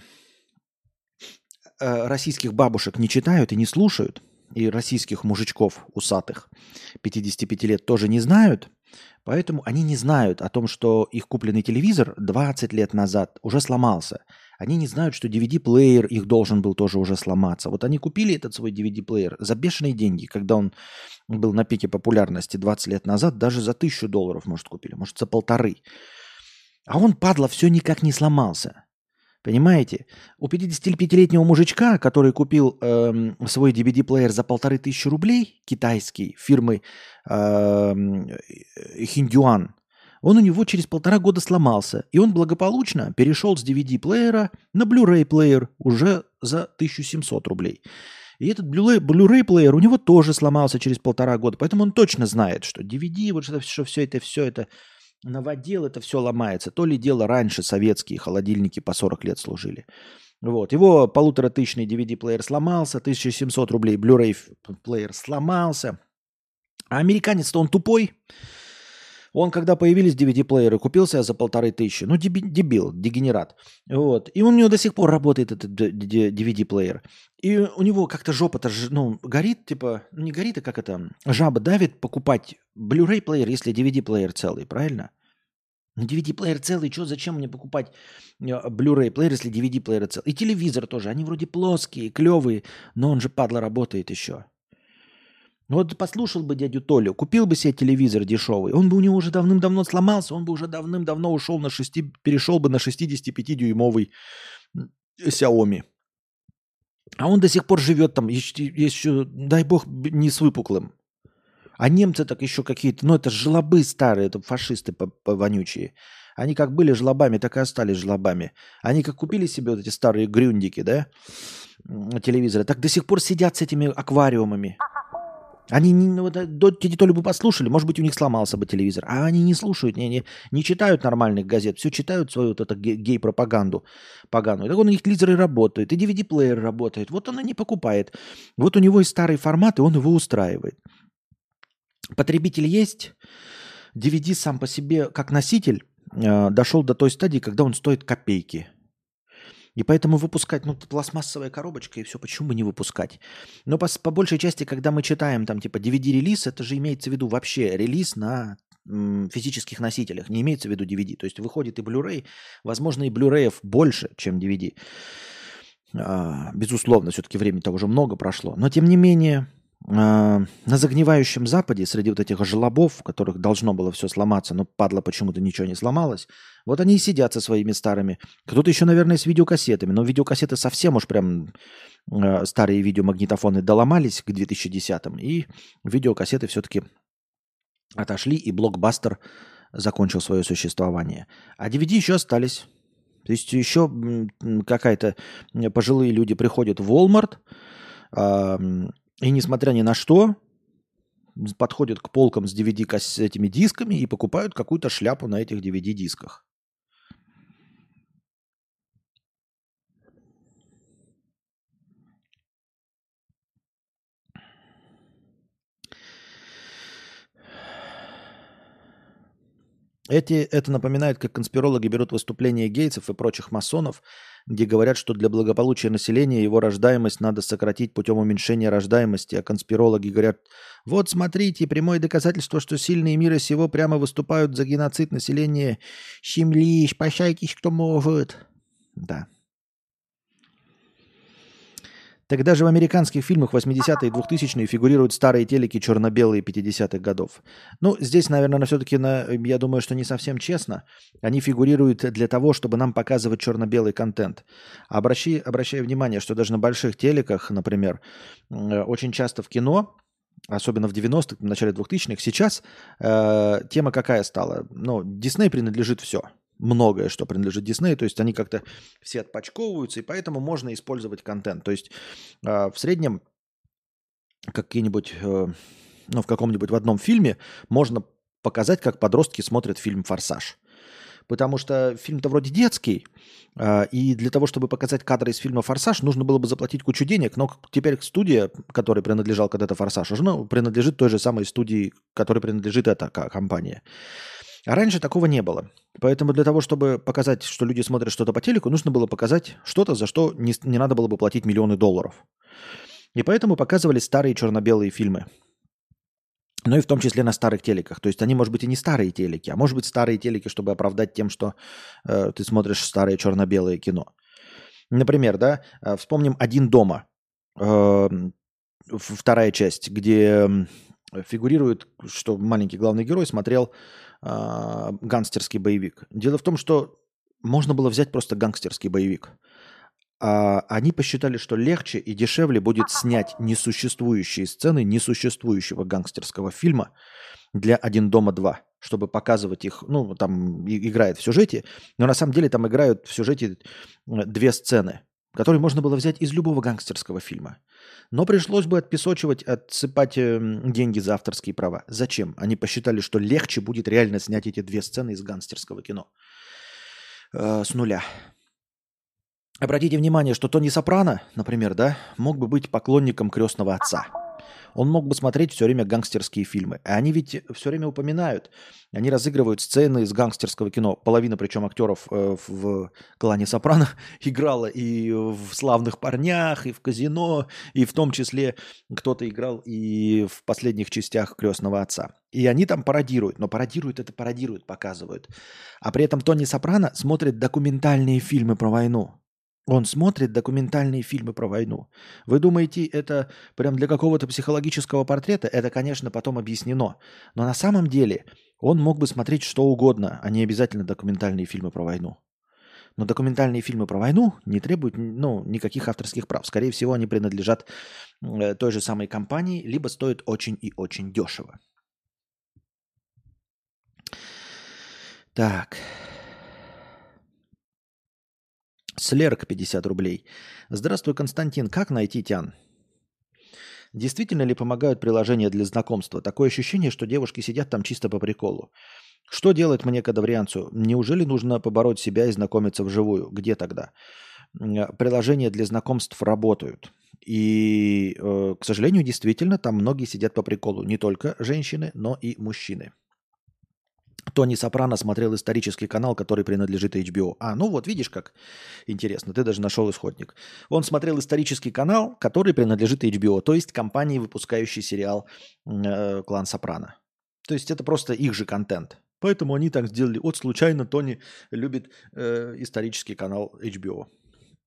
а, российских бабушек не читают и не слушают, и российских мужичков усатых пятидесяти пяти лет тоже не знают, поэтому они не знают о том, что их купленный телевизор двадцать лет назад уже сломался. Они не знают, что ди ви ди-плеер их должен был тоже уже сломаться. Вот они купили этот свой ди ви ди-плеер за бешеные деньги, когда он был на пике популярности двадцать лет назад, даже за тысячу долларов, может, купили, может, за полторы. А он, падла, все никак не сломался. Понимаете? У пятидесятипятилетнего мужичка, который купил эм, свой ди ви ди-плеер за полторы тысячи рублей, китайский, фирмы эм, Хиндюан, он у него через полтора года сломался. И он благополучно перешел с ди ви ди-плеера на Blu-ray плеер уже за тысячу семьсот рублей. И этот Blu-ray, Blu-ray плеер у него тоже сломался через полтора года. Поэтому он точно знает, что ди ви ди, вот что, что все это, все это новодел, это все ломается. То ли дело раньше советские холодильники по сорок лет служили. Вот. Его полуторатысячный ди ви ди-плеер сломался, тысяча семьсот рублей Blu-ray плеер сломался. А американец-то он тупой. Он, когда появились ди ви ди-плееры, купил себе за полторы тысячи. Ну, деби- дебил, дегенерат. Вот. И у него до сих пор работает этот ди ви ди-плеер. И у него как-то жопа-то ну, горит, типа, ну не горит, а как это, жаба давит покупать Blu-ray плеер, если ди ви ди-плеер целый, правильно? Ну, ди ви ди-плеер целый, что, зачем мне покупать Blu-ray плеер, если ди ви ди-плеер целый? И телевизор тоже, они вроде плоские, клевые, но он же, падла, работает еще. Вот послушал бы дядю Толю, купил бы себе телевизор дешевый, он бы у него уже давным-давно сломался, он бы уже давным-давно ушел на шести, перешел бы на шестидесятипятидюймовый Xiaomi. А он до сих пор живет там, еще, еще, дай бог, не с выпуклым. А немцы так еще какие-то, ну это жлобы старые, это фашисты вонючие. Они как были жлобами, так и остались жлобами. Они как купили себе вот эти старые грюндики, да, телевизоры, так до сих пор сидят с этими аквариумами. Они не, ну, до Тедитолю бы послушали, может быть, у них сломался бы телевизор. А они не слушают, не, не, не читают нормальных газет, все читают свою вот эту гей-пропаганду поганую. Так он у них телевизоры работают, и ди ви ди-плеер работает. Вот он и не покупает. Вот у него и старый формат, и он его устраивает. Потребитель есть. ди ви ди сам по себе, как носитель, э, дошел до той стадии, когда он стоит копейки. И поэтому выпускать, ну, пластмассовая коробочка, и все, почему бы не выпускать? Но по, по большей части, когда мы читаем там типа ди ви ди-релиз, это же имеется в виду вообще релиз на м, физических носителях, не имеется в виду ди ви ди. То есть выходит и Blu-ray, возможно, и Blu-ray'ев больше, чем ди ви ди. А, безусловно, все-таки времени-то уже много прошло. Но тем не менее, а, на загнивающем Западе, среди вот этих жлобов, у которых должно было все сломаться, но падла почему-то ничего не сломалось, вот они и сидят со своими старыми. Кто-то еще, наверное, с видеокассетами, но видеокассеты совсем уж прям э, старые видеомагнитофоны доломались к две тысячи десятым, и видеокассеты все-таки отошли, и блокбастер закончил свое существование. А ди ви ди еще остались. То есть еще м, какая-то пожилые люди приходят в Walmart, э, и несмотря ни на что, подходят к полкам с ди ви ди с этими дисками и покупают какую-то шляпу на этих ди ви ди-дисках. Эти, это напоминает, как конспирологи берут выступления гейтсов и прочих масонов, где говорят, что для благополучия населения его рождаемость надо сократить путем уменьшения рождаемости, а конспирологи говорят, вот смотрите, прямое доказательство, что сильные мира сего прямо выступают за геноцид населения Земли, спасайтесь, кто может. Да. Тогда же в американских фильмах восьмидесятые и двухтысячные фигурируют старые телеки черно-белые пятидесятых годов. Ну, здесь, наверное, все-таки, я думаю, что не совсем честно. Они фигурируют для того, чтобы нам показывать черно-белый контент. Обращай, обращай внимание, что даже на больших телеках, например, очень часто в кино, особенно в девяностых, в начале двухтысячных, сейчас э, тема какая стала? Ну, Дисней принадлежит все. многое, что принадлежит Диснею. То есть они как-то все отпочковываются, и поэтому можно использовать контент. То есть э, в среднем какие-нибудь, э, ну, в каком-нибудь в одном фильме можно показать, как подростки смотрят фильм «Форсаж». Потому что фильм-то вроде детский, а, и для того, чтобы показать кадры из фильма «Форсаж», нужно было бы заплатить кучу денег, но к- теперь студия, которой принадлежал когда-то «Форсаж», уже ну, принадлежит той же самой студии, которой принадлежит эта ка- компания. А раньше такого не было. Поэтому для того, чтобы показать, что люди смотрят что-то по телеку, нужно было показать что-то, за что не, с- не надо было бы платить миллионы долларов. И поэтому показывали старые черно-белые фильмы. Ну и в том числе на старых телеках. То есть они, может быть, и не старые телеки, а может быть, старые телеки, чтобы оправдать тем, что э, ты смотришь старое черно-белое кино. Например, да, э, вспомним «Один дома», э, м, в- вторая часть, где м, фигурирует, что маленький главный герой смотрел а, гангстерский боевик. Дело в том, что можно было взять просто гангстерский боевик. А они посчитали, что легче и дешевле будет снять несуществующие сцены несуществующего гангстерского фильма для «Один дома два», чтобы показывать их, ну, там и- играет в сюжете, но на самом деле там играют в сюжете э, две сцены, которые можно было взять из любого гангстерского фильма. Но пришлось бы отпесочивать, отсыпать эм, деньги за авторские права. Зачем? Они посчитали, что легче будет реально снять эти две сцены из гангстерского кино э, с нуля. Обратите внимание, что Тони Сопрано, например, да, мог бы быть поклонником «Крестного отца». Он мог бы смотреть все время гангстерские фильмы. А они ведь все время упоминают, они разыгрывают сцены из гангстерского кино. Половина, причем, актеров э, в, в клане Сопрано играла и в «Славных парнях», и в «Казино», и в том числе кто-то играл и в последних частях «Крестного отца». И они там пародируют, но пародируют это пародируют, показывают. А при этом Тони Сопрано смотрит документальные фильмы про войну. Он смотрит документальные фильмы про войну. Вы думаете, это прям для какого-то психологического портрета? Это, конечно, потом объяснено. Но на самом деле он мог бы смотреть что угодно, а не обязательно документальные фильмы про войну. Но документальные фильмы про войну не требуют ну, никаких авторских прав. Скорее всего, они принадлежат э, той же самой компании, либо стоят очень и очень дешево. Так. Слерк пятьдесят рублей. Здравствуй, Константин. Как найти Тян? Действительно ли помогают приложения для знакомства? Такое ощущение, что девушки сидят там чисто по приколу. Что делать мне кадаврианцу? Неужели нужно побороть себя и знакомиться вживую? Где тогда? М, а, Приложения для знакомств работают. И, э, к сожалению, действительно, там многие сидят по приколу. Не только женщины, но и мужчины. Тони Сопрано смотрел исторический канал, который принадлежит эйч би о. А, ну вот, видишь, как интересно, ты даже нашел исходник. Он смотрел исторический канал, который принадлежит эйч би о, то есть компании, выпускающей сериал э, «Клан Сопрано». То есть это просто их же контент. Поэтому они так сделали. Вот случайно Тони любит э, исторический канал эйч би о.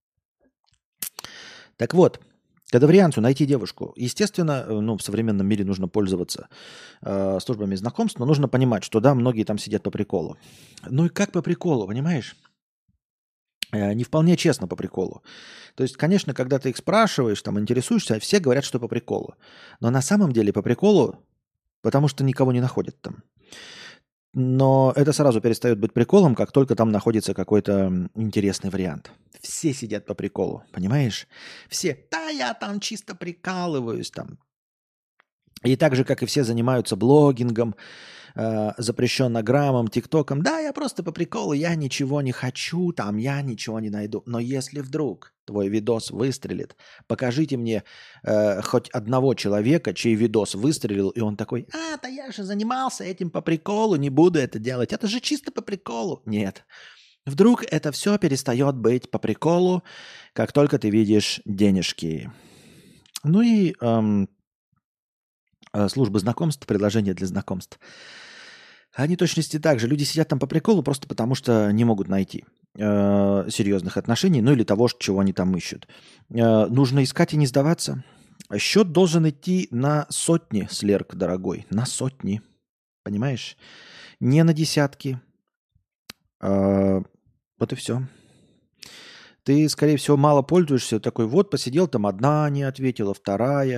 Так вот, кадаврианцу найти девушку. Естественно, э, ну, в современном мире нужно пользоваться э, службами знакомств, но нужно понимать, что да, многие там сидят по приколу. Ну и как по приколу, понимаешь? Э, Не вполне честно по приколу. То есть, конечно, когда ты их спрашиваешь, там интересуешься, все говорят, что по приколу. Но на самом деле по приколу, потому что никого не находят там. Но это сразу перестает быть приколом, как только там находится какой-то м, интересный вариант. Все сидят по приколу, понимаешь? Все, да, я там чисто прикалываюсь там. И так же, как и все занимаются блогингом, э, запрещеннограммом, тиктоком. Да, я просто по приколу, я ничего не хочу, там я ничего не найду. Но если вдруг твой видос выстрелит, покажите мне э, хоть одного человека, чей видос выстрелил, и он такой, а, да я же занимался этим по приколу, не буду это делать, это же чисто по приколу. Нет. Вдруг это все перестает быть по приколу, как только ты видишь денежки. Ну и эм, э, службы знакомств, предложения для знакомств. Они точности так же. Люди сидят там по приколу просто потому, что не могут найти э, серьезных отношений, ну или того, ш- чего они там ищут. Э, нужно искать и не сдаваться. Счет должен идти на сотни, Слерк, дорогой, на сотни. Понимаешь? Не на десятки. Э, вот и все. Ты, скорее всего, мало пользуешься. Такой, вот посидел, там одна не ответила, вторая.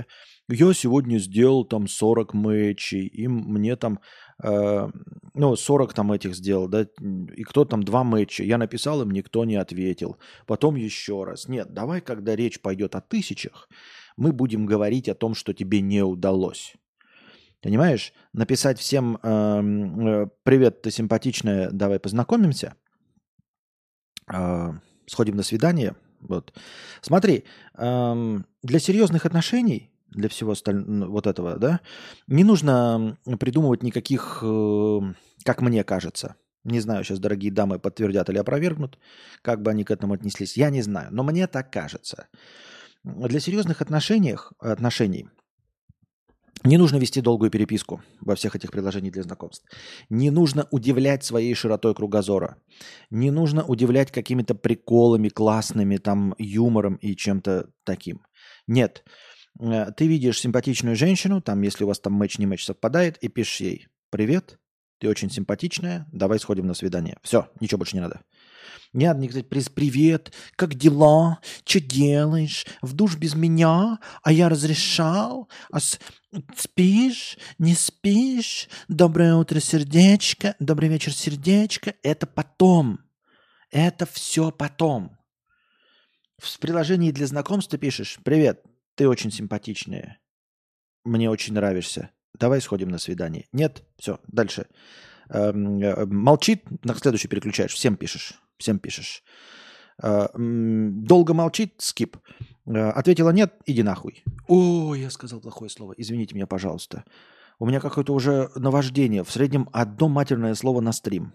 Я сегодня сделал там сорок матчей, и мне там, э, ну, сорок там этих сделал, да, и кто там два матча. Я написал им, никто не ответил. Потом еще раз. Нет, давай, когда речь пойдет о тысячах, мы будем говорить о том, что тебе не удалось. Понимаешь? Написать всем эм, э, «Привет, ты симпатичная, давай познакомимся, э, сходим на свидание». Вот. Смотри, эм, для серьезных отношений, для всего остального вот этого, да, не нужно придумывать никаких, э, как мне кажется. Не знаю, сейчас дорогие дамы подтвердят или опровергнут, как бы они к этому отнеслись. Я не знаю, но мне так кажется. Для серьезных отношениях, отношений не нужно вести долгую переписку во всех этих приложениях для знакомств. Не нужно удивлять своей широтой кругозора. Не нужно удивлять какими-то приколами, классными, там, юмором и чем-то таким. Нет. Э, Ты видишь симпатичную женщину, там, если у вас там матч не матч совпадает, и пишешь ей: «Привет, ты очень симпатичная, давай сходим на свидание». Все, ничего больше не надо. Не надо мне сказать: «Привет, как дела? Что делаешь? В душ без меня? А я разрешал? А с- спишь? Не спишь? Доброе утро, сердечко. Добрый вечер, сердечко». Это потом. Это все потом. В приложении для знакомств ты пишешь: «Привет, ты очень симпатичная. Мне очень нравишься. Давай сходим на свидание». Нет? Все, дальше. Эм, э, Молчит, на следующий переключаешь, всем пишешь. Всем пишешь. Э, м, Долго молчит, скип. Э, Ответила нет, иди нахуй. О, я сказал плохое слово. Извините меня, пожалуйста. У меня какое-то уже наваждение. В среднем одно матерное слово на стрим.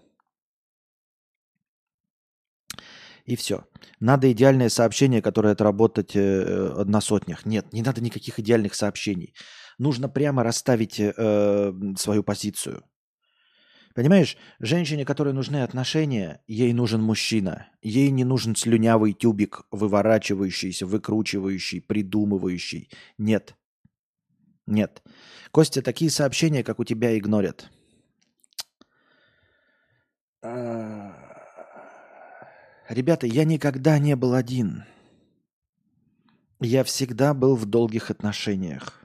И все. Надо идеальное сообщение, которое отработать э, на сотнях. Нет, не надо никаких идеальных сообщений. Нужно прямо расставить э, свою позицию. Понимаешь, женщине, которой нужны отношения, ей нужен мужчина. Ей не нужен слюнявый тюбик, выворачивающийся, выкручивающий, придумывающий. Нет, нет. Костя, такие сообщения, как у тебя, игнорят. А, Ребята, я никогда не был один. Я всегда был в долгих отношениях.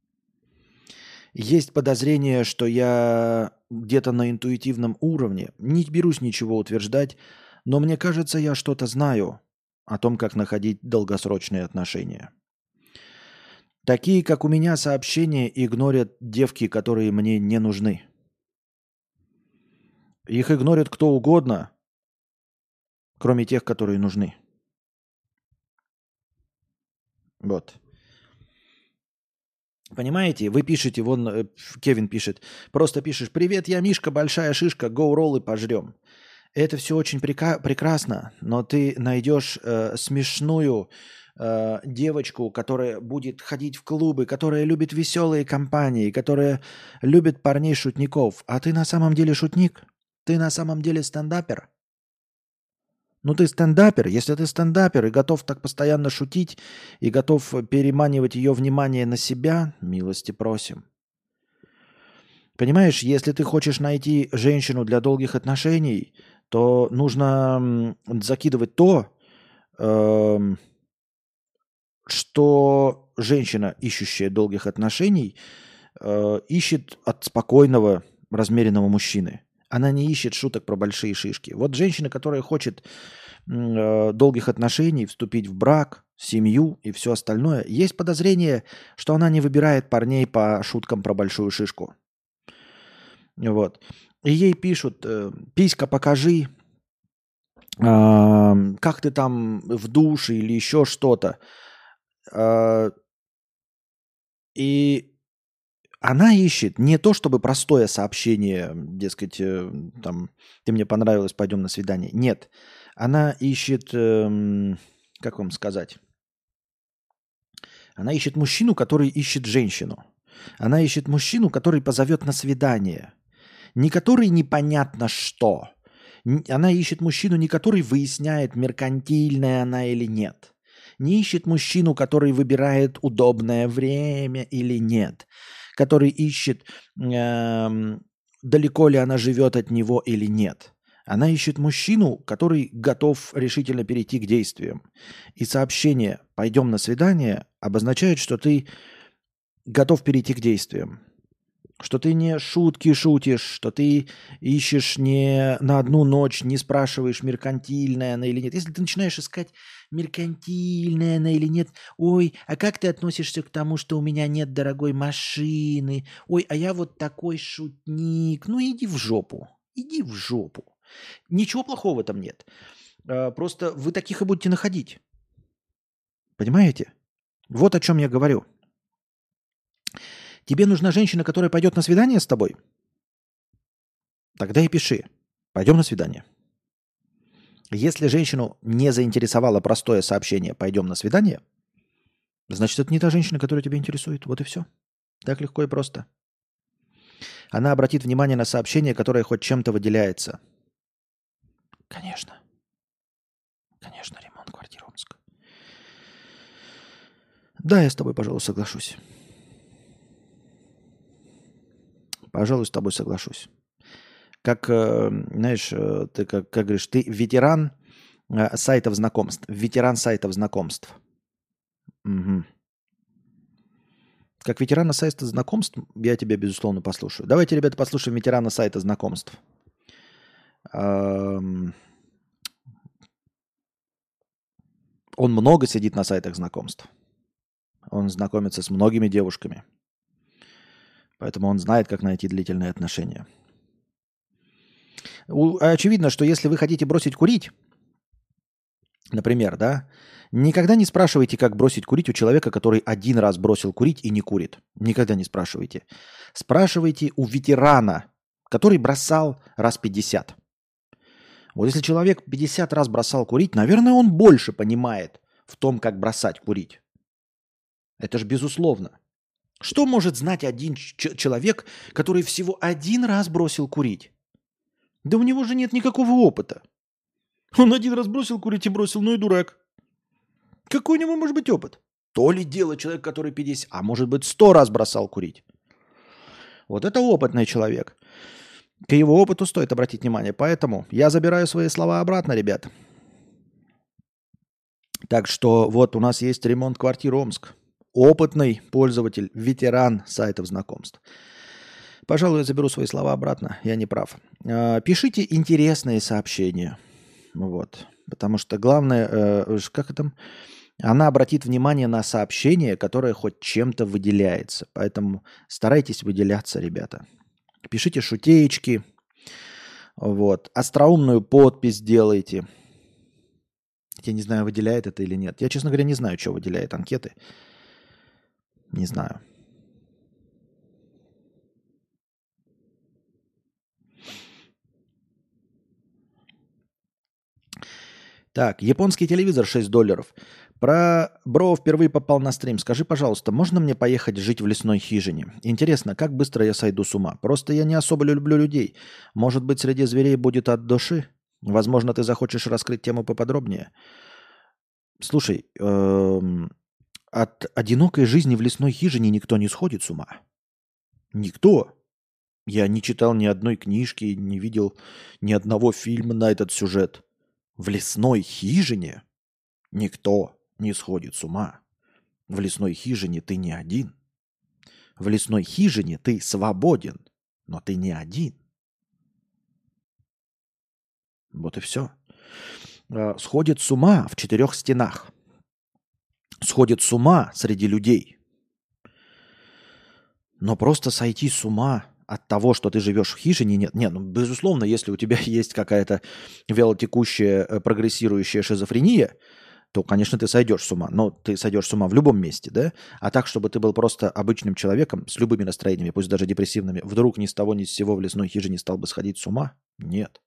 Есть подозрение, что я где-то на интуитивном уровне, не берусь ничего утверждать, но мне кажется, я что-то знаю о том, как находить долгосрочные отношения. Такие, как у меня, сообщения игнорят девки, которые мне не нужны. Их игнорит кто угодно, кроме тех, которые нужны. Вот. Понимаете, вы пишете, вон э, Кевин пишет, просто пишешь: «Привет, я Мишка, большая шишка, гоу роллы пожрем». Это все очень прека- прекрасно, но ты найдешь э, смешную э, девочку, которая будет ходить в клубы, которая любит веселые компании, которая любит парней-шутников. А ты на самом деле шутник? Ты на самом деле стендапер? Ну ты стендапер. Если ты стендапер и готов так постоянно шутить, и готов переманивать ее внимание на себя, милости просим. Понимаешь, если ты хочешь найти женщину для долгих отношений, то нужно м, закидывать то, эм, что женщина, ищущая долгих отношений, э, ищет от спокойного, размеренного мужчины. Она не ищет шуток про большие шишки. Вот женщина, которая хочет м, э, долгих отношений, вступить в брак, семью и все остальное, есть подозрение, что она не выбирает парней по шуткам про большую шишку. Вот. И ей пишут: э, «Писька, покажи, а, как ты там в душе или еще что-то». А, И она ищет не то, чтобы простое сообщение, дескать, э, там, «Ты мне понравилась, пойдем на свидание». Нет. Она ищет, эм, как вам сказать, она ищет мужчину, который ищет женщину. Она ищет мужчину, который позовет на свидание. Не который непонятно что. Н- Она ищет мужчину, не который выясняет, меркантильная она или нет. Не ищет мужчину, который выбирает удобное время или нет. Который ищет, эм, далеко ли она живет от него или нет. Она ищет мужчину, который готов решительно перейти к действиям. И сообщение «пойдем на свидание» обозначает, что ты готов перейти к действиям. Что ты не шутки шутишь, что ты ищешь не на одну ночь, не спрашиваешь, меркантильная она или нет. Если ты начинаешь искать, меркантильная она или нет, ой, а как ты относишься к тому, что у меня нет дорогой машины, ой, а я вот такой шутник, ну иди в жопу, иди в жопу. Ничего плохого в этом нет. А, Просто вы таких и будете находить. Понимаете? Вот о чем я говорю. Тебе нужна женщина, которая пойдет на свидание с тобой? Тогда и пиши. Пойдем на свидание. Если женщину не заинтересовало простое сообщение «пойдем на свидание», значит, это не та женщина, которая тебя интересует. Вот и все. Так легко и просто. Она обратит внимание на сообщение, которое хоть чем-то выделяется. Конечно. Конечно, ремонт квартиры Омск. Да, я с тобой, пожалуй, соглашусь. Пожалуй, с тобой соглашусь. Как, э, знаешь, э, ты как, как говоришь, ты ветеран э, сайтов знакомств. Ветеран сайтов знакомств. Мгм. Как ветерана сайта знакомств, я тебя, безусловно, послушаю. Давайте, ребята, послушаем ветерана сайта знакомств. Ам, Он много сидит на сайтах знакомств. Он знакомится с многими девушками. Поэтому он знает, как найти длительные отношения. У- Очевидно, что если вы хотите бросить курить, например, да, никогда не спрашивайте, как бросить курить у человека, который один раз бросил курить и не курит. Никогда не спрашивайте. Спрашивайте у ветерана, который бросал раз пятьдесят. Вот если человек пятьдесят раз бросал курить, наверное, он больше понимает в том, как бросать курить. Это же безусловно. Что может знать один ч- человек, который всего один раз бросил курить? Да у него же нет никакого опыта. Он один раз бросил курить и бросил, ну и дурак. Какой у него может быть опыт? То ли дело человек, который пятьдесят, а может быть сто раз бросал курить. Вот это опытный человек. К его опыту стоит обратить внимание. Поэтому я забираю свои слова обратно, ребят. Так что вот у нас есть ремонт квартиры Омск. Опытный пользователь, ветеран сайтов знакомств. Пожалуй, я заберу свои слова обратно. Я не прав. А, Пишите интересные сообщения. Вот. Потому что главное, э, ж- как это? Она обратит внимание на сообщение, которое хоть чем-то выделяется. Поэтому старайтесь выделяться, ребята. Пишите шутеечки. Вот. Остроумную подпись делайте. Я не знаю, выделяет это или нет. Я, честно говоря, не знаю, что выделяет анкеты. Не знаю. Так, японский телевизор шесть долларов. Про Бро впервые попал на стрим. Скажи, пожалуйста, можно мне поехать жить в лесной хижине? Интересно, как быстро я сойду с ума? Просто я не особо люблю людей. Может быть, среди зверей будет от души? Возможно, ты захочешь раскрыть тему поподробнее. Слушай, эм, от одинокой жизни в лесной хижине никто не сходит с ума. Никто. Я не читал ни одной книжки, не видел ни одного фильма на этот сюжет. В лесной хижине никто не сходит с ума. В лесной хижине ты не один. В лесной хижине ты свободен, но ты не один. Вот и все. Сходит с ума в четырех стенах. Сходит с ума среди людей. Но просто сойти с ума от того, что ты живешь в хижине, нет. Нет, ну, безусловно, если у тебя есть какая-то вялотекущая, э, прогрессирующая шизофрения, то, конечно, ты сойдешь с ума. Но ты сойдешь с ума в любом месте, да? А так, чтобы ты был просто обычным человеком с любыми настроениями, пусть даже депрессивными, вдруг ни с того ни с сего в лесной хижине стал бы сходить с ума? Нет.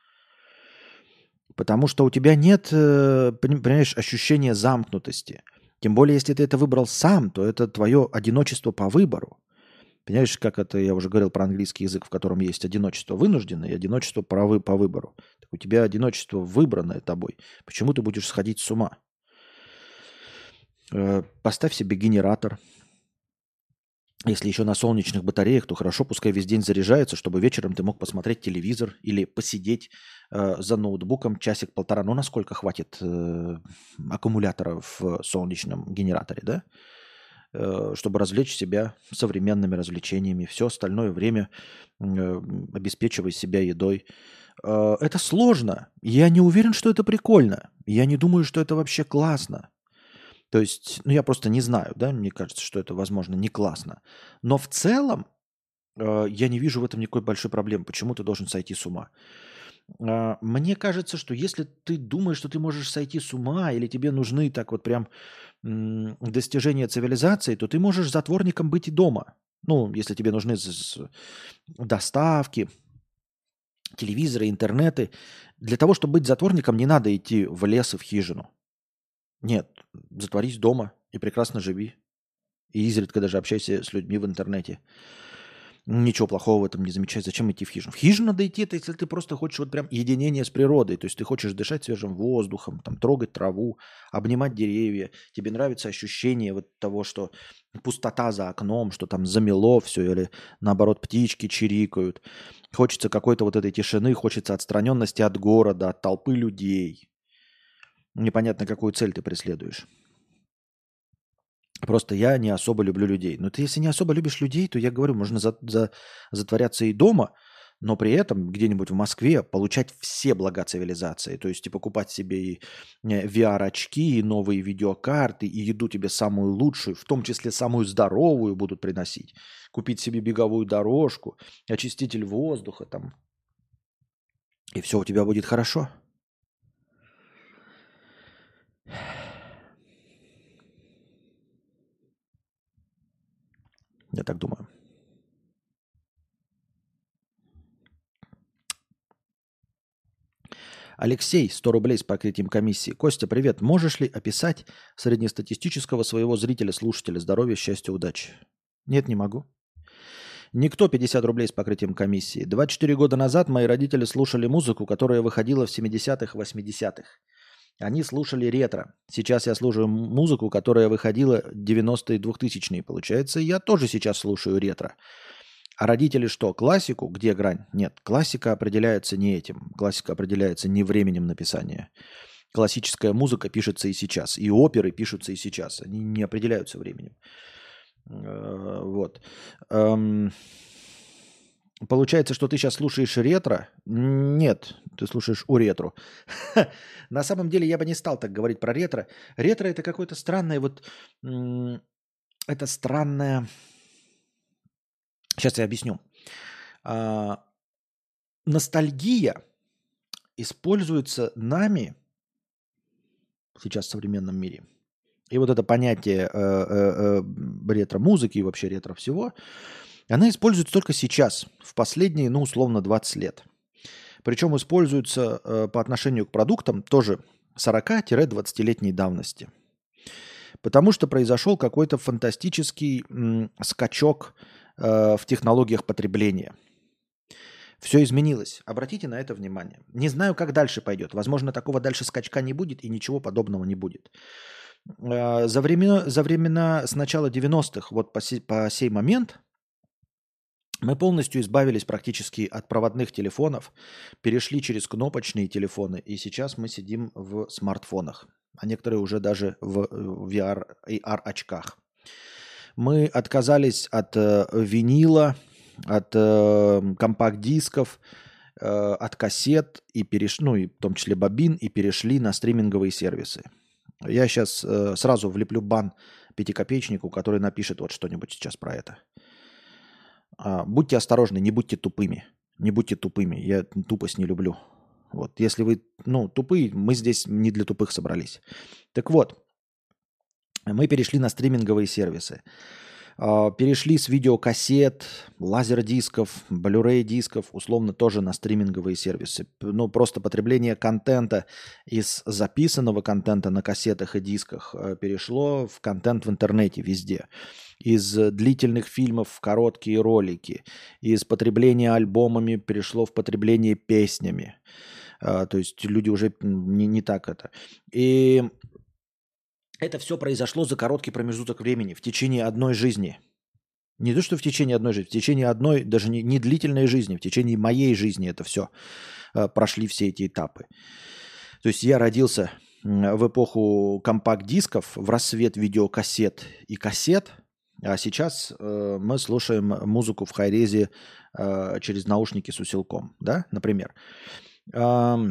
Потому что у тебя нет, э, пони- понимаешь, ощущения замкнутости. Тем более, если ты это выбрал сам, то это твое одиночество по выбору. Понимаешь, как это я уже говорил про английский язык, в котором есть одиночество вынужденное и одиночество по, вы- по выбору. Так у тебя одиночество выбранное тобой. Почему ты будешь сходить с ума? Э, Поставь себе генератор. Если еще на солнечных батареях, то хорошо, пускай весь день заряжается, чтобы вечером ты мог посмотреть телевизор или посидеть э, за ноутбуком часик-полтора. Ну, насколько хватит э, аккумулятора в солнечном генераторе, да? э, чтобы развлечь себя современными развлечениями. Все остальное время э, обеспечивай себя едой. Э, это сложно. Я не уверен, что это прикольно. Я не думаю, что это вообще классно. То есть, ну я просто не знаю, да, мне кажется, что это, возможно, не классно. Но в целом э, я не вижу в этом никакой большой проблемы. Почему ты должен сойти с ума? А, Мне кажется, что если ты думаешь, что ты можешь сойти с ума, или тебе нужны так вот прям м, достижения цивилизации, то ты можешь затворником быть и дома. Ну, если тебе нужны з- з- доставки, телевизоры, интернеты. Для того, чтобы быть затворником, не надо идти в лес и в хижину. Нет, затворись дома и прекрасно живи. И изредка даже общайся с людьми в интернете. Ничего плохого в этом не замечать. Зачем идти в хижину? В хижину надо идти, это если ты просто хочешь вот прям единение с природой. То есть ты хочешь дышать свежим воздухом, там, трогать траву, обнимать деревья. Тебе нравится ощущение вот того, что пустота за окном, что там замело все, или наоборот птички чирикают. Хочется какой-то вот этой тишины, хочется отстраненности от города, от толпы людей. Непонятно, какую цель ты преследуешь. Просто я не особо люблю людей. Но ты, если не особо любишь людей, то я говорю, можно за, за- затворяться и дома, но при этом где-нибудь в Москве получать все блага цивилизации. То есть и покупать себе и э, V R-очки, и новые видеокарты, и еду тебе самую лучшую, в том числе самую здоровую будут приносить. Купить себе беговую дорожку, очиститель воздуха там. И все у тебя будет хорошо. Я так думаю. Алексей, сто рублей с покрытием комиссии. Костя, привет. Можешь ли описать среднестатистического своего зрителя-слушателя? Здоровья, счастья, удачи. Нет, не могу. Никто, пятьдесят рублей с покрытием комиссии. двадцать четыре года назад мои родители слушали музыку, которая выходила в семидесятых, восьмидесятых. Они слушали ретро. Сейчас я слушаю м- музыку, которая выходила в девяностые, двухтысячные. Получается, я тоже сейчас слушаю ретро. А родители что? Классику? Где грань? Нет, классика определяется не этим. Классика определяется не временем написания. Классическая музыка пишется и сейчас. И оперы пишутся и сейчас. Они не определяются временем. Э, Вот. Эм, Получается, что ты сейчас слушаешь ретро? Нет, ты слушаешь у ретро. На самом деле я бы не стал так говорить про ретро. Ретро это какое-то странное вот... м, Это странное... Сейчас я объясню. А, Ностальгия используется нами сейчас в современном мире. И вот это понятие э, э, э, ретро-музыки и вообще ретро всего, она используется только сейчас, в последние, ну, условно, двадцать лет. Причем используется э, по отношению к продуктам тоже сорока-двадцатилетней давности. Потому что произошел какой-то фантастический м, скачок э, в технологиях потребления. Все изменилось. Обратите на это внимание. Не знаю, как дальше пойдет. Возможно, такого дальше скачка не будет и ничего подобного не будет. Э, За времена, за времена с начала девяностых, вот по сей, по сей момент, мы полностью избавились практически от проводных телефонов, перешли через кнопочные телефоны, и сейчас мы сидим в смартфонах, а некоторые уже даже в э, V R, A R-очках. Мы отказались от э, винила, от э, компакт-дисков, э, от кассет, и переш... ну и в том числе бобин, и перешли на стриминговые сервисы. Я сейчас э, сразу влеплю бан пятикопеечнику, который напишет вот что-нибудь сейчас про это. А, будьте осторожны, не будьте тупыми. Не будьте тупыми. Я тупость не люблю. Вот. Если вы, ну, тупые, мы здесь не для тупых собрались. Так вот, мы перешли на стриминговые сервисы. А, Перешли с видеокассет, лазер-дисков, блюрей дисков, условно, тоже на стриминговые сервисы. П- Ну, просто потребление контента из записанного контента на кассетах и дисках э, перешло в контент в интернете везде. Из э, длительных фильмов в короткие ролики. Из потребления альбомами перешло в потребление песнями. А, То есть люди уже м, не, не так это. И это все произошло за короткий промежуток времени, в течение одной жизни. Не то, что в течение одной жизни, в течение одной, даже не, не длительной жизни, в течение моей жизни это все прошли все эти этапы. То есть я родился м, в эпоху компакт-дисков, в рассвет видеокассет и кассет, А сейчас э, мы слушаем музыку в хайрезе э, через наушники с усилком, да, например. Ам,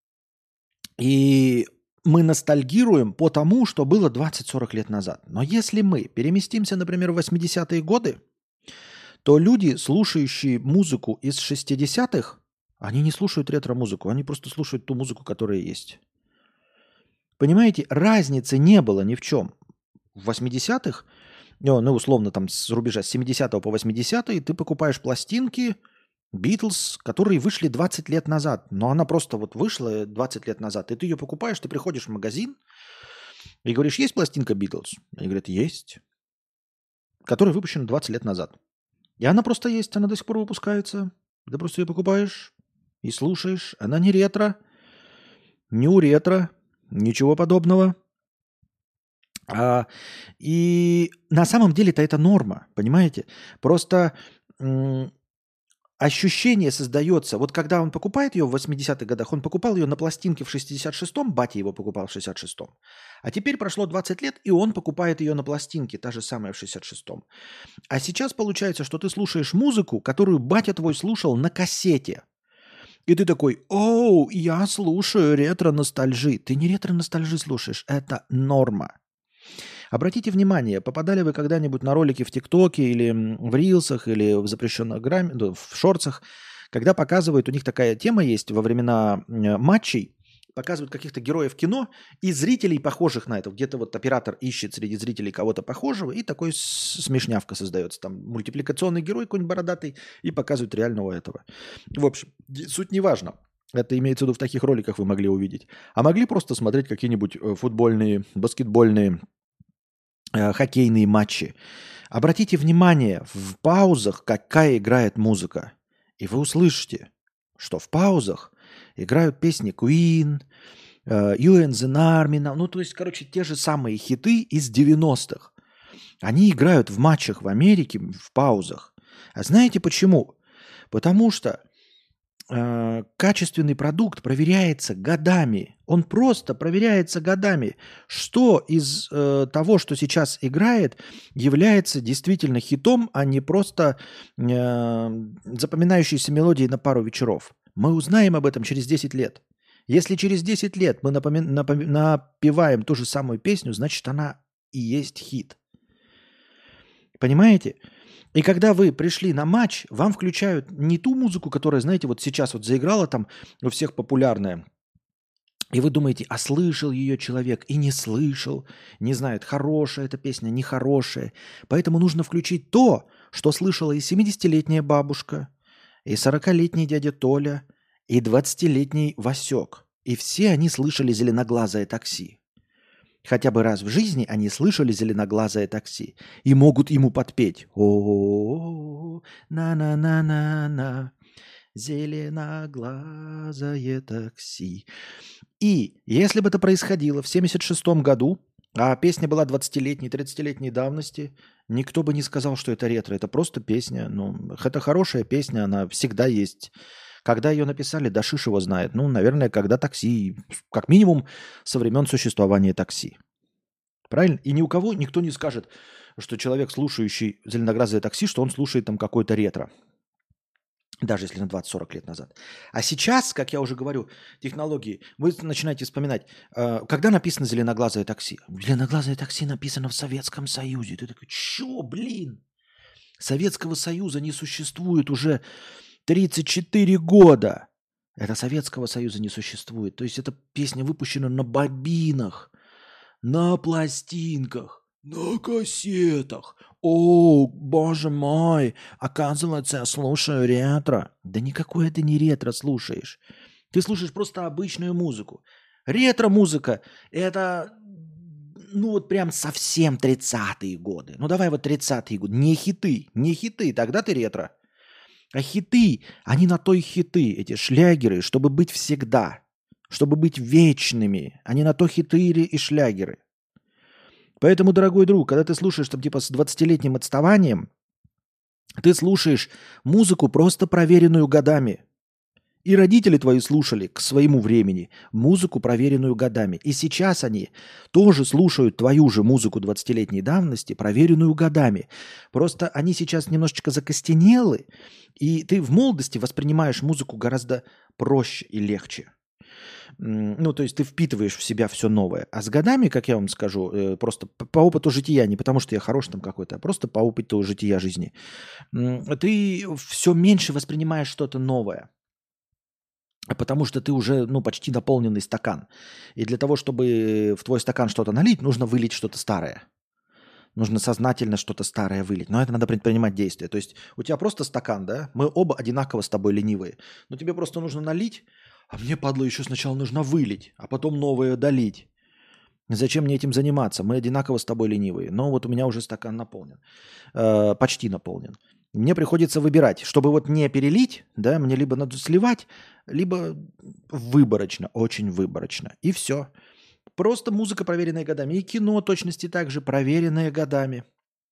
и мы ностальгируем по тому, что было двадцать-сорок лет назад. Но если мы переместимся, например, в восьмидесятые годы, то люди, слушающие музыку из шестидесятых, они не слушают ретро-музыку, они просто слушают ту музыку, которая есть. Понимаете, разницы не было ни в чем. В восьмидесятых, ну, ну, условно, там с рубежа с семидесятого по восьмидесятые ты покупаешь пластинки Битлз, которые вышли двадцать лет назад. Но она просто вот вышла двадцать лет назад, и ты ее покупаешь, ты приходишь в магазин и говоришь, есть пластинка Битлз? Они говорят, есть. Которая выпущена двадцать лет назад. И она просто есть, она до сих пор выпускается. Ты просто ее покупаешь и слушаешь. Она не ретро, не у ретро, ничего подобного. А, и на самом деле-то это норма, понимаете? Просто м, ощущение создается. Вот когда он покупает ее в восьмидесятых годах, он покупал ее на пластинке в шестьдесят шестом, батя его покупал в шестьдесят шестом. А теперь прошло двадцать лет, и он покупает ее на пластинке, та же самая в шестьдесят шестом. А сейчас получается, что ты слушаешь музыку, которую батя твой слушал на кассете. И ты такой, оу, я слушаю ретро-ностальжи. Ты не ретро-ностальжи слушаешь, это норма. Обратите внимание, попадали вы когда-нибудь на ролики в ТикТоке или в Рилсах, или в запрещенных грамме, ну, в шортсах, когда показывают, у них такая тема есть во времена э, матчей, показывают каких-то героев кино и зрителей, похожих на это. Где-то вот оператор ищет среди зрителей кого-то похожего, и такой с- смешнявка создается. Там мультипликационный герой какой-нибудь бородатый, и показывают реального этого. В общем, д- суть не важна. Это имеется в виду в таких роликах вы могли увидеть. А могли просто смотреть какие-нибудь э, футбольные, баскетбольные, э, хоккейные матчи. Обратите внимание, в паузах какая играет музыка. И вы услышите, что в паузах играют песни Queen, э, You and the Army, ну то есть, короче, те же самые хиты из девяностых. Они играют в матчах в Америке в паузах. А знаете почему? Потому что э, качественный продукт проверяется годами. Он просто проверяется годами. Что из э, того, что сейчас играет, является действительно хитом, а не просто э, запоминающейся мелодией на пару вечеров. Мы узнаем об этом через десять лет. Если через десять лет мы напоми- напоми- напеваем ту же самую песню, значит, она и есть хит. Понимаете? И когда вы пришли на матч, вам включают не ту музыку, которая, знаете, вот сейчас вот заиграла там у всех популярная, и вы думаете, а слышал ее человек и не слышал, не знает, хорошая эта песня, нехорошая. Поэтому нужно включить то, что слышала и семидесятилетняя бабушка, и сорокалетний дядя Толя, и двадцатилетний Васек. И все они слышали «Зеленоглазое такси». Хотя бы раз в жизни они слышали «Зеленоглазое такси» и могут ему подпеть. О, на-на-на-на-на, зеленоглазое такси. И если бы это происходило в семьдесят шестом году, а песня была двадцатилетней, тридцатилетней давности, никто бы не сказал, что это ретро. Это просто песня. Ну, это хорошая песня, она всегда есть. Когда ее написали, да шиш его знает. Ну, наверное, когда такси, как минимум, со времен существования такси. Правильно? И ни у кого никто не скажет, что человек, слушающий «Зеленоглазое такси», что он слушает там какой-то ретро. Даже если на двадцать-сорок лет назад. А сейчас, как я уже говорю, технологии, вы начинаете вспоминать, э, когда написано «Зеленоглазое такси». «Зеленоглазое такси» написано в Советском Союзе. Ты такой, чё, блин? Советского Союза не существует уже тридцать четыре года. Это Советского Союза не существует. То есть эта песня выпущена на бобинах, на пластинках, на кассетах. О, боже мой, оказывается, я слушаю ретро. Да никакой это не ретро слушаешь. Ты слушаешь просто обычную музыку. Ретро-музыка – это, ну вот прям совсем тридцатые годы. Ну давай вот тридцатые годы. Не хиты, не хиты, тогда ты ретро. А хиты, они на то и хиты, эти шлягеры, чтобы быть всегда, чтобы быть вечными. Они на то хиты и шлягеры. Поэтому, дорогой друг, когда ты слушаешь там типа с двадцатилетним отставанием, ты слушаешь музыку, просто проверенную годами. И родители твои слушали к своему времени музыку, проверенную годами. И сейчас они тоже слушают твою же музыку двадцатилетней давности, проверенную годами. Просто они сейчас немножечко закостенелы, и ты в молодости воспринимаешь музыку гораздо проще и легче. Ну, то есть ты впитываешь в себя все новое. А с годами, как я вам скажу, э, просто по по опыту жития, не потому что я хорош там какой-то, а просто по опыту жития жизни, м, ты все меньше воспринимаешь что-то новое. А потому что ты уже, ну, почти наполненный стакан. И для того, чтобы в твой стакан что-то налить, нужно вылить что-то старое. Нужно сознательно что-то старое вылить. Но это надо предпринимать действия. То есть у тебя просто стакан, да? Мы оба одинаково с тобой ленивые. Но тебе просто нужно налить, а мне, падла, еще сначала нужно вылить, а потом новое долить. Зачем мне этим заниматься? Мы одинаково с тобой ленивые. Но вот у меня уже стакан наполнен. Э, почти наполнен. Мне приходится выбирать. Чтобы вот не перелить, да, мне либо надо сливать, либо выборочно, очень выборочно. И все. Просто музыка, проверенная годами. И кино точности также проверенное годами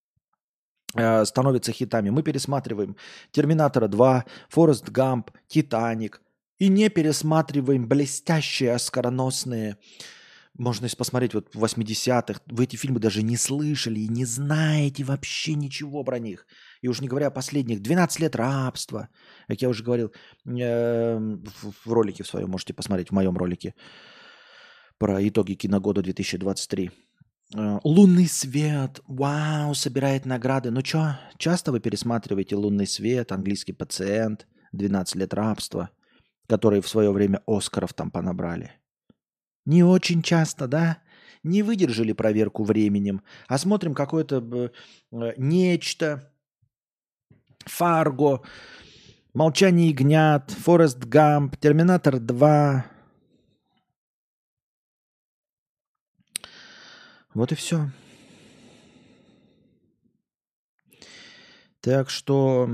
э, становится хитами. Мы пересматриваем «Терминатора два», «Форест Гамп», «Титаник». И не пересматриваем блестящие, оскароносные. Можно если посмотреть вот в восьмидесятых. Вы эти фильмы даже не слышали и не знаете вообще ничего про них. И уж не говоря о последних. «двенадцать лет рабства». Как я уже говорил э, в, в ролике в своем. Можете посмотреть в моем ролике про итоги киногода две тысячи двадцать три. Э, «Лунный свет». Вау, собирает награды. Ну что, часто вы пересматриваете «Лунный свет», «Английский пациент», «двенадцать лет рабства», которые в свое время Оскаров там понабрали? Не очень часто, да? Не выдержали проверку временем, а смотрим какое-то б- э, нечто, Фарго, Молчание ягнят, Форест Гамп, Терминатор два. Вот и все. Так что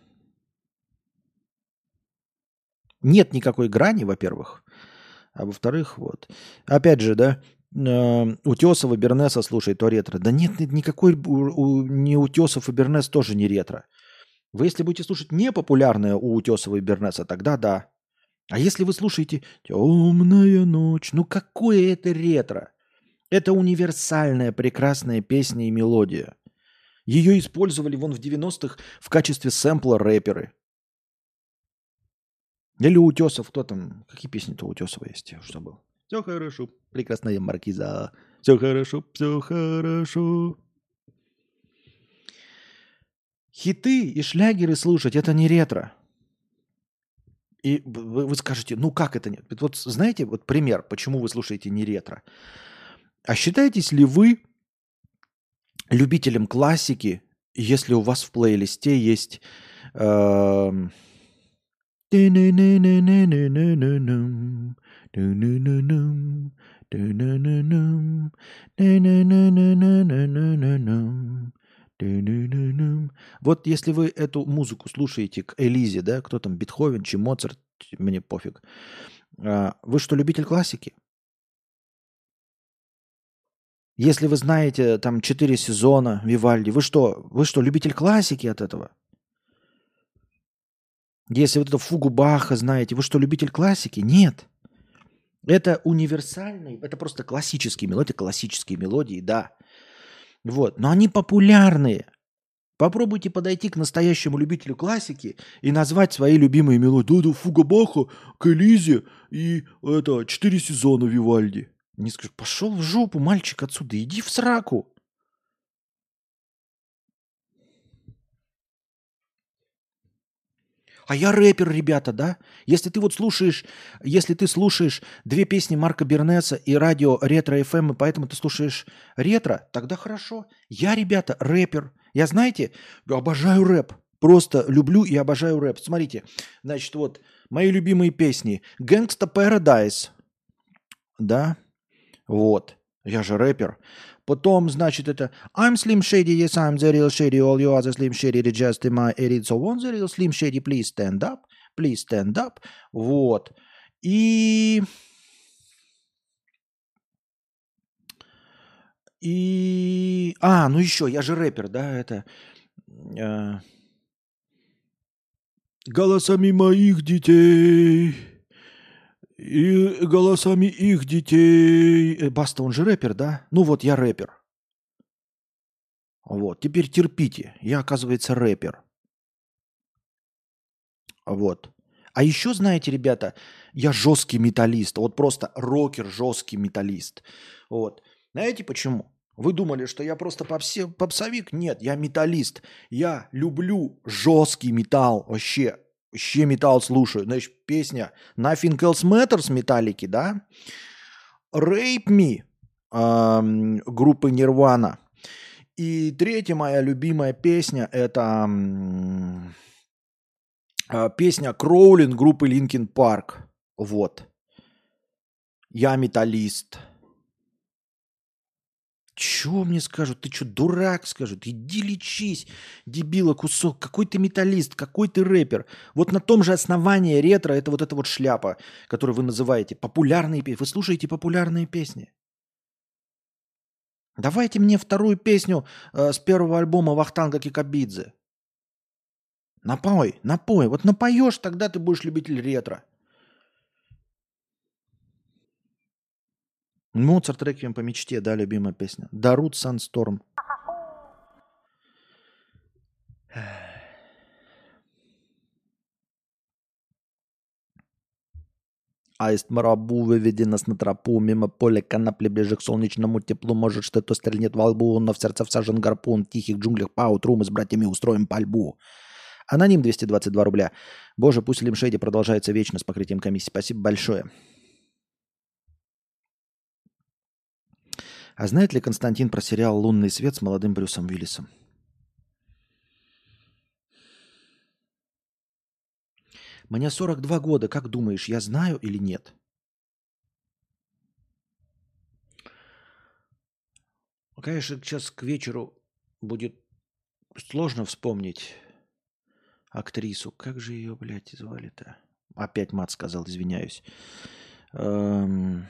нет никакой грани, во-первых. А во-вторых, вот. Опять же, да, э, Утесова, Бернеса, слушай, то ретро. Да нет, нет, никакой у- у- не Утесов и Бернес тоже не ретро. Вы если будете слушать непопулярное у Утесова и Бернеса, тогда да. А если вы слушаете «Темная ночь», ну какое это ретро? Это универсальная прекрасная песня и мелодия. Ее использовали вон в девяностых в качестве сэмпла рэперы. Или Утесов, кто там? Какие песни-то у Утесова есть? Я уже забыл. Все хорошо, прекрасная маркиза. Все хорошо, все хорошо. Хиты и шлягеры слушать – это не ретро. И б- вы вы скажете, ну как это нет? Вот знаете, вот пример, почему вы слушаете не ретро. А считаетесь ли вы любителем классики, если у вас в плейлисте есть эм, «Ты-ны-ны-ны-ны-ны-ны-ным, ты-ны-ны-ным, ты-ны-ны-ным, ты-ны-ны-ны-ны-ны-ны-ным, ты-ны-ны-ным». Вот если вы эту музыку слушаете к Элизе, да, кто там, Бетховен, чи Моцарт, мне пофиг. А, Вы что, любитель классики? Если вы знаете там четыре сезона Вивальди, вы что, вы что, любитель классики от этого? Если вот эту фугу Баха знаете, вы что, любитель классики? Нет. Это универсальный, это просто классические мелодии, классические мелодии, да. Вот, но они популярные. Попробуйте подойти к настоящему любителю классики и назвать свои любимые мелодии. Да, да, фуга Баха, к Элизе и это, четыре сезона Вивальди. Не скажу, пошел в жопу, мальчик, отсюда, иди в сраку. А я рэпер, ребята, да? Если ты вот слушаешь, если ты слушаешь две песни Марка Бернеса и радио Ретро эф эм, и поэтому ты слушаешь ретро, тогда хорошо. Я, ребята, рэпер. Я, знаете, обожаю рэп. Просто люблю и обожаю рэп. Смотрите, значит, вот мои любимые песни. «Gangsta Paradise», да, вот. Я же рэпер. Потом, значит, это I'm Slim Shady, yes, I'm the real Shady, all you other Slim Shady, they just in my edit, so on the real Slim Shady, please stand up, please stand up. Вот. И... И... А, ну еще, я же рэпер, да, это... э, Голосами моих детей и голосами их детей. Э, Баста, он же рэпер, да? Ну вот, я рэпер. Вот, теперь терпите. Я, оказывается, рэпер. Вот. А еще, знаете, ребята, я жесткий металлист. Вот просто рокер, жесткий металлист. Вот. Знаете почему? Вы думали, что я просто попсе, попсовик? Нет, я металлист. Я люблю жесткий металл. Вообще, вообще металл слушаю. Значит, песня Nothing Else Matters Металлики, да? Rape Me эм, группы Nirvana. И третья моя любимая песня это м, а, песня Кроулин группы Linkin Park. Вот. Я металлист. Чего мне скажут? Ты что, дурак, скажут? Иди лечись, дебила кусок. Какой ты металлист, какой ты рэпер. Вот на том же основании ретро это вот эта вот шляпа, которую вы называете популярные песни. Вы слушаете популярные песни. Давайте мне вторую песню э, с первого альбома Вахтанга Кикабидзе. Напой, напой. Вот напоешь, тогда ты будешь любитель ретро. Моцарт «Реквием по мечте», да, любимая песня. Дарут Сансторм. Аист Марабу, выведи нас на тропу, мимо поля конопли, ближе к солнечному теплу. Может, что-то стрельнет во лбу, но в сердце всажен гарпун. В тихих джунглях поутру мы с братьями устроим пальбу. Аноним двести двадцать два рубля. Боже, пусть Лимшейди продолжается вечно с покрытием комиссии. Спасибо большое. А знает ли Константин про сериал «Лунный свет» с молодым Брюсом Уиллисом? Мне сорок два года. Как думаешь, я знаю или нет? Конечно, сейчас к вечеру будет сложно вспомнить актрису. Как же ее, блядь, звали-то? Опять мат сказал, извиняюсь. Эм...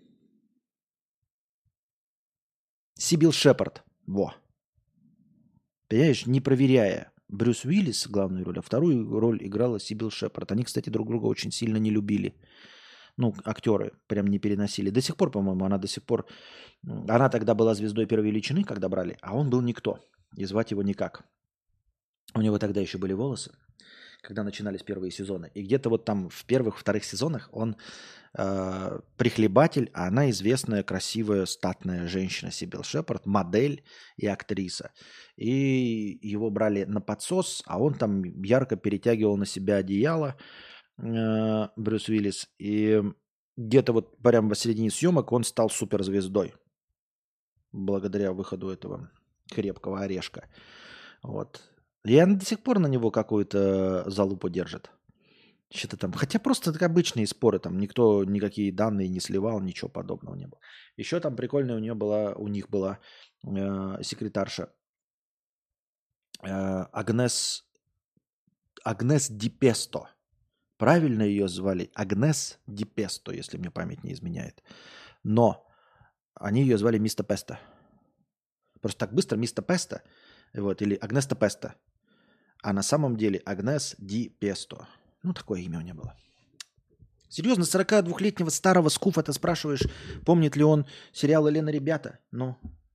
Сибил Шепард. Во. Понимаешь, не проверяя. Брюс Уиллис главную роль, а вторую роль играла Сибил Шепард. Они, кстати, друг друга очень сильно не любили. Ну, актеры прям не переносили. До сих пор, по-моему, она до сих пор... Она тогда была звездой первой величины, когда брали, а он был никто. И звать его никак. У него тогда еще были волосы, когда начинались первые сезоны. И где-то вот там в первых, вторых сезонах он э, прихлебатель, а она известная, красивая, статная женщина Сибил Шепард, модель и актриса. И его брали на подсос, а он там ярко перетягивал на себя одеяло, э, Брюс Уиллис. И где-то вот прямо посередине съемок он стал суперзвездой благодаря выходу этого крепкого орешка. Вот. И она до сих пор на него какую-то залупу держит. Что-то там. Хотя просто так обычные споры, там никто никакие данные не сливал, ничего подобного не было. Еще там прикольная у нее была, у них была э, секретарша э, Агнес, Агнес Ди Песто. Правильно ее звали Агнес Ди Песто, если мне память не изменяет. Но они ее звали Мистер Песто. Просто так быстро Мистер Песто, вот, или Агнеста Песто. А на самом деле Агнес Ди Песто. Ну, такое имя у нее было. Серьезно, сорокадвухлетнего старого скуфа ты спрашиваешь, помнит ли он сериал «Елена, ребята»? Ну,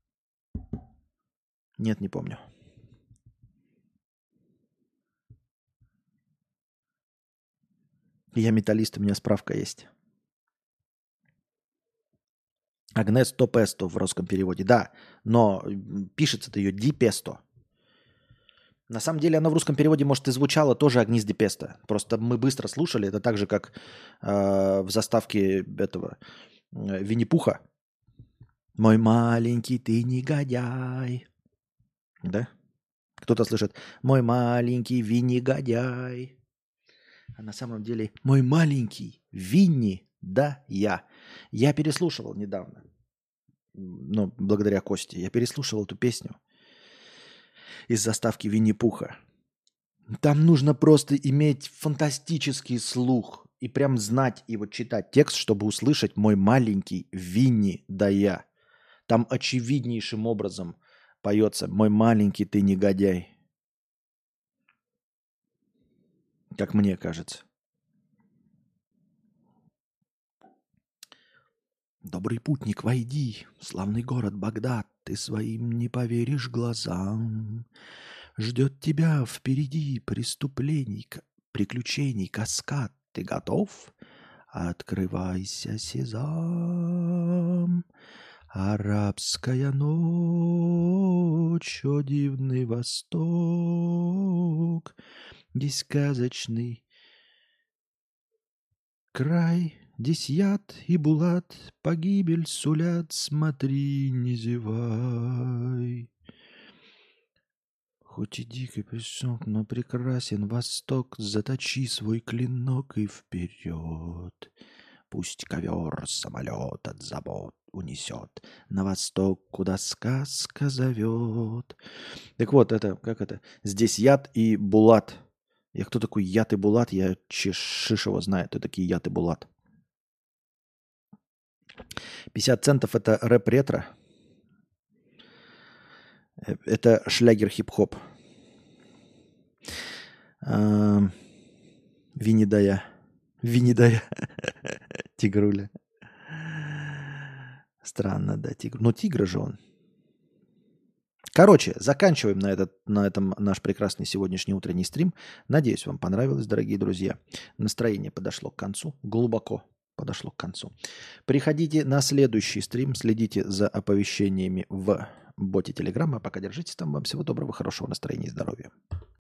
нет, не помню. Я металлист, у меня справка есть. Агнес Топесто в русском переводе, да. Но пишется-то ее Ди Песто. На самом деле оно в русском переводе, может, и звучало тоже Агнес Ди Песто. Просто мы быстро слушали. Это так же, как э, в заставке этого э, Винни-Пуха. Мой маленький ты негодяй. Да? Кто-то слышит «Мой маленький Винни-годяй». А на самом деле «Мой маленький Винни, да, я». Я переслушивал недавно. Ну, благодаря Косте. Я переслушивал эту песню из заставки Винни-Пуха. Там нужно просто иметь фантастический слух и прям знать и вот читать текст, чтобы услышать «Мой маленький Винни, да я». Там очевиднейшим образом поется «Мой маленький ты негодяй». Как мне кажется. Добрый путник, войди, в славный город Багдад, ты своим не поверишь глазам. Ждет тебя впереди преступлений, приключений, каскад. Ты готов? Открывайся, сезам. Арабская ночь, о дивный восток, здесь сказочный край, здесь яд и булат, погибель сулят, смотри, не зевай. Хоть и дикий песок, но прекрасен восток, заточи свой клинок и вперед. Пусть ковер самолет от забот унесет на восток, куда сказка зовет. Так вот, это, как это? Здесь яд и булат. Я кто такой яд и булат? Я Шишева знаю, кто такие яд и булат. пятьдесят центов это рэп-ретро. Это шлягер хип-хоп. А, Винидая. Винидая. Тигруля. Странно, да, тигр. Но тигр же он. Короче, заканчиваем на, этот, на этом наш прекрасный сегодняшний утренний стрим. Надеюсь, вам понравилось, дорогие друзья. Настроение подошло к концу. Глубоко подошло к концу. Приходите на следующий стрим. Следите за оповещениями в боте Телеграма. Пока держитесь там. Вам всего доброго, хорошего настроения и здоровья.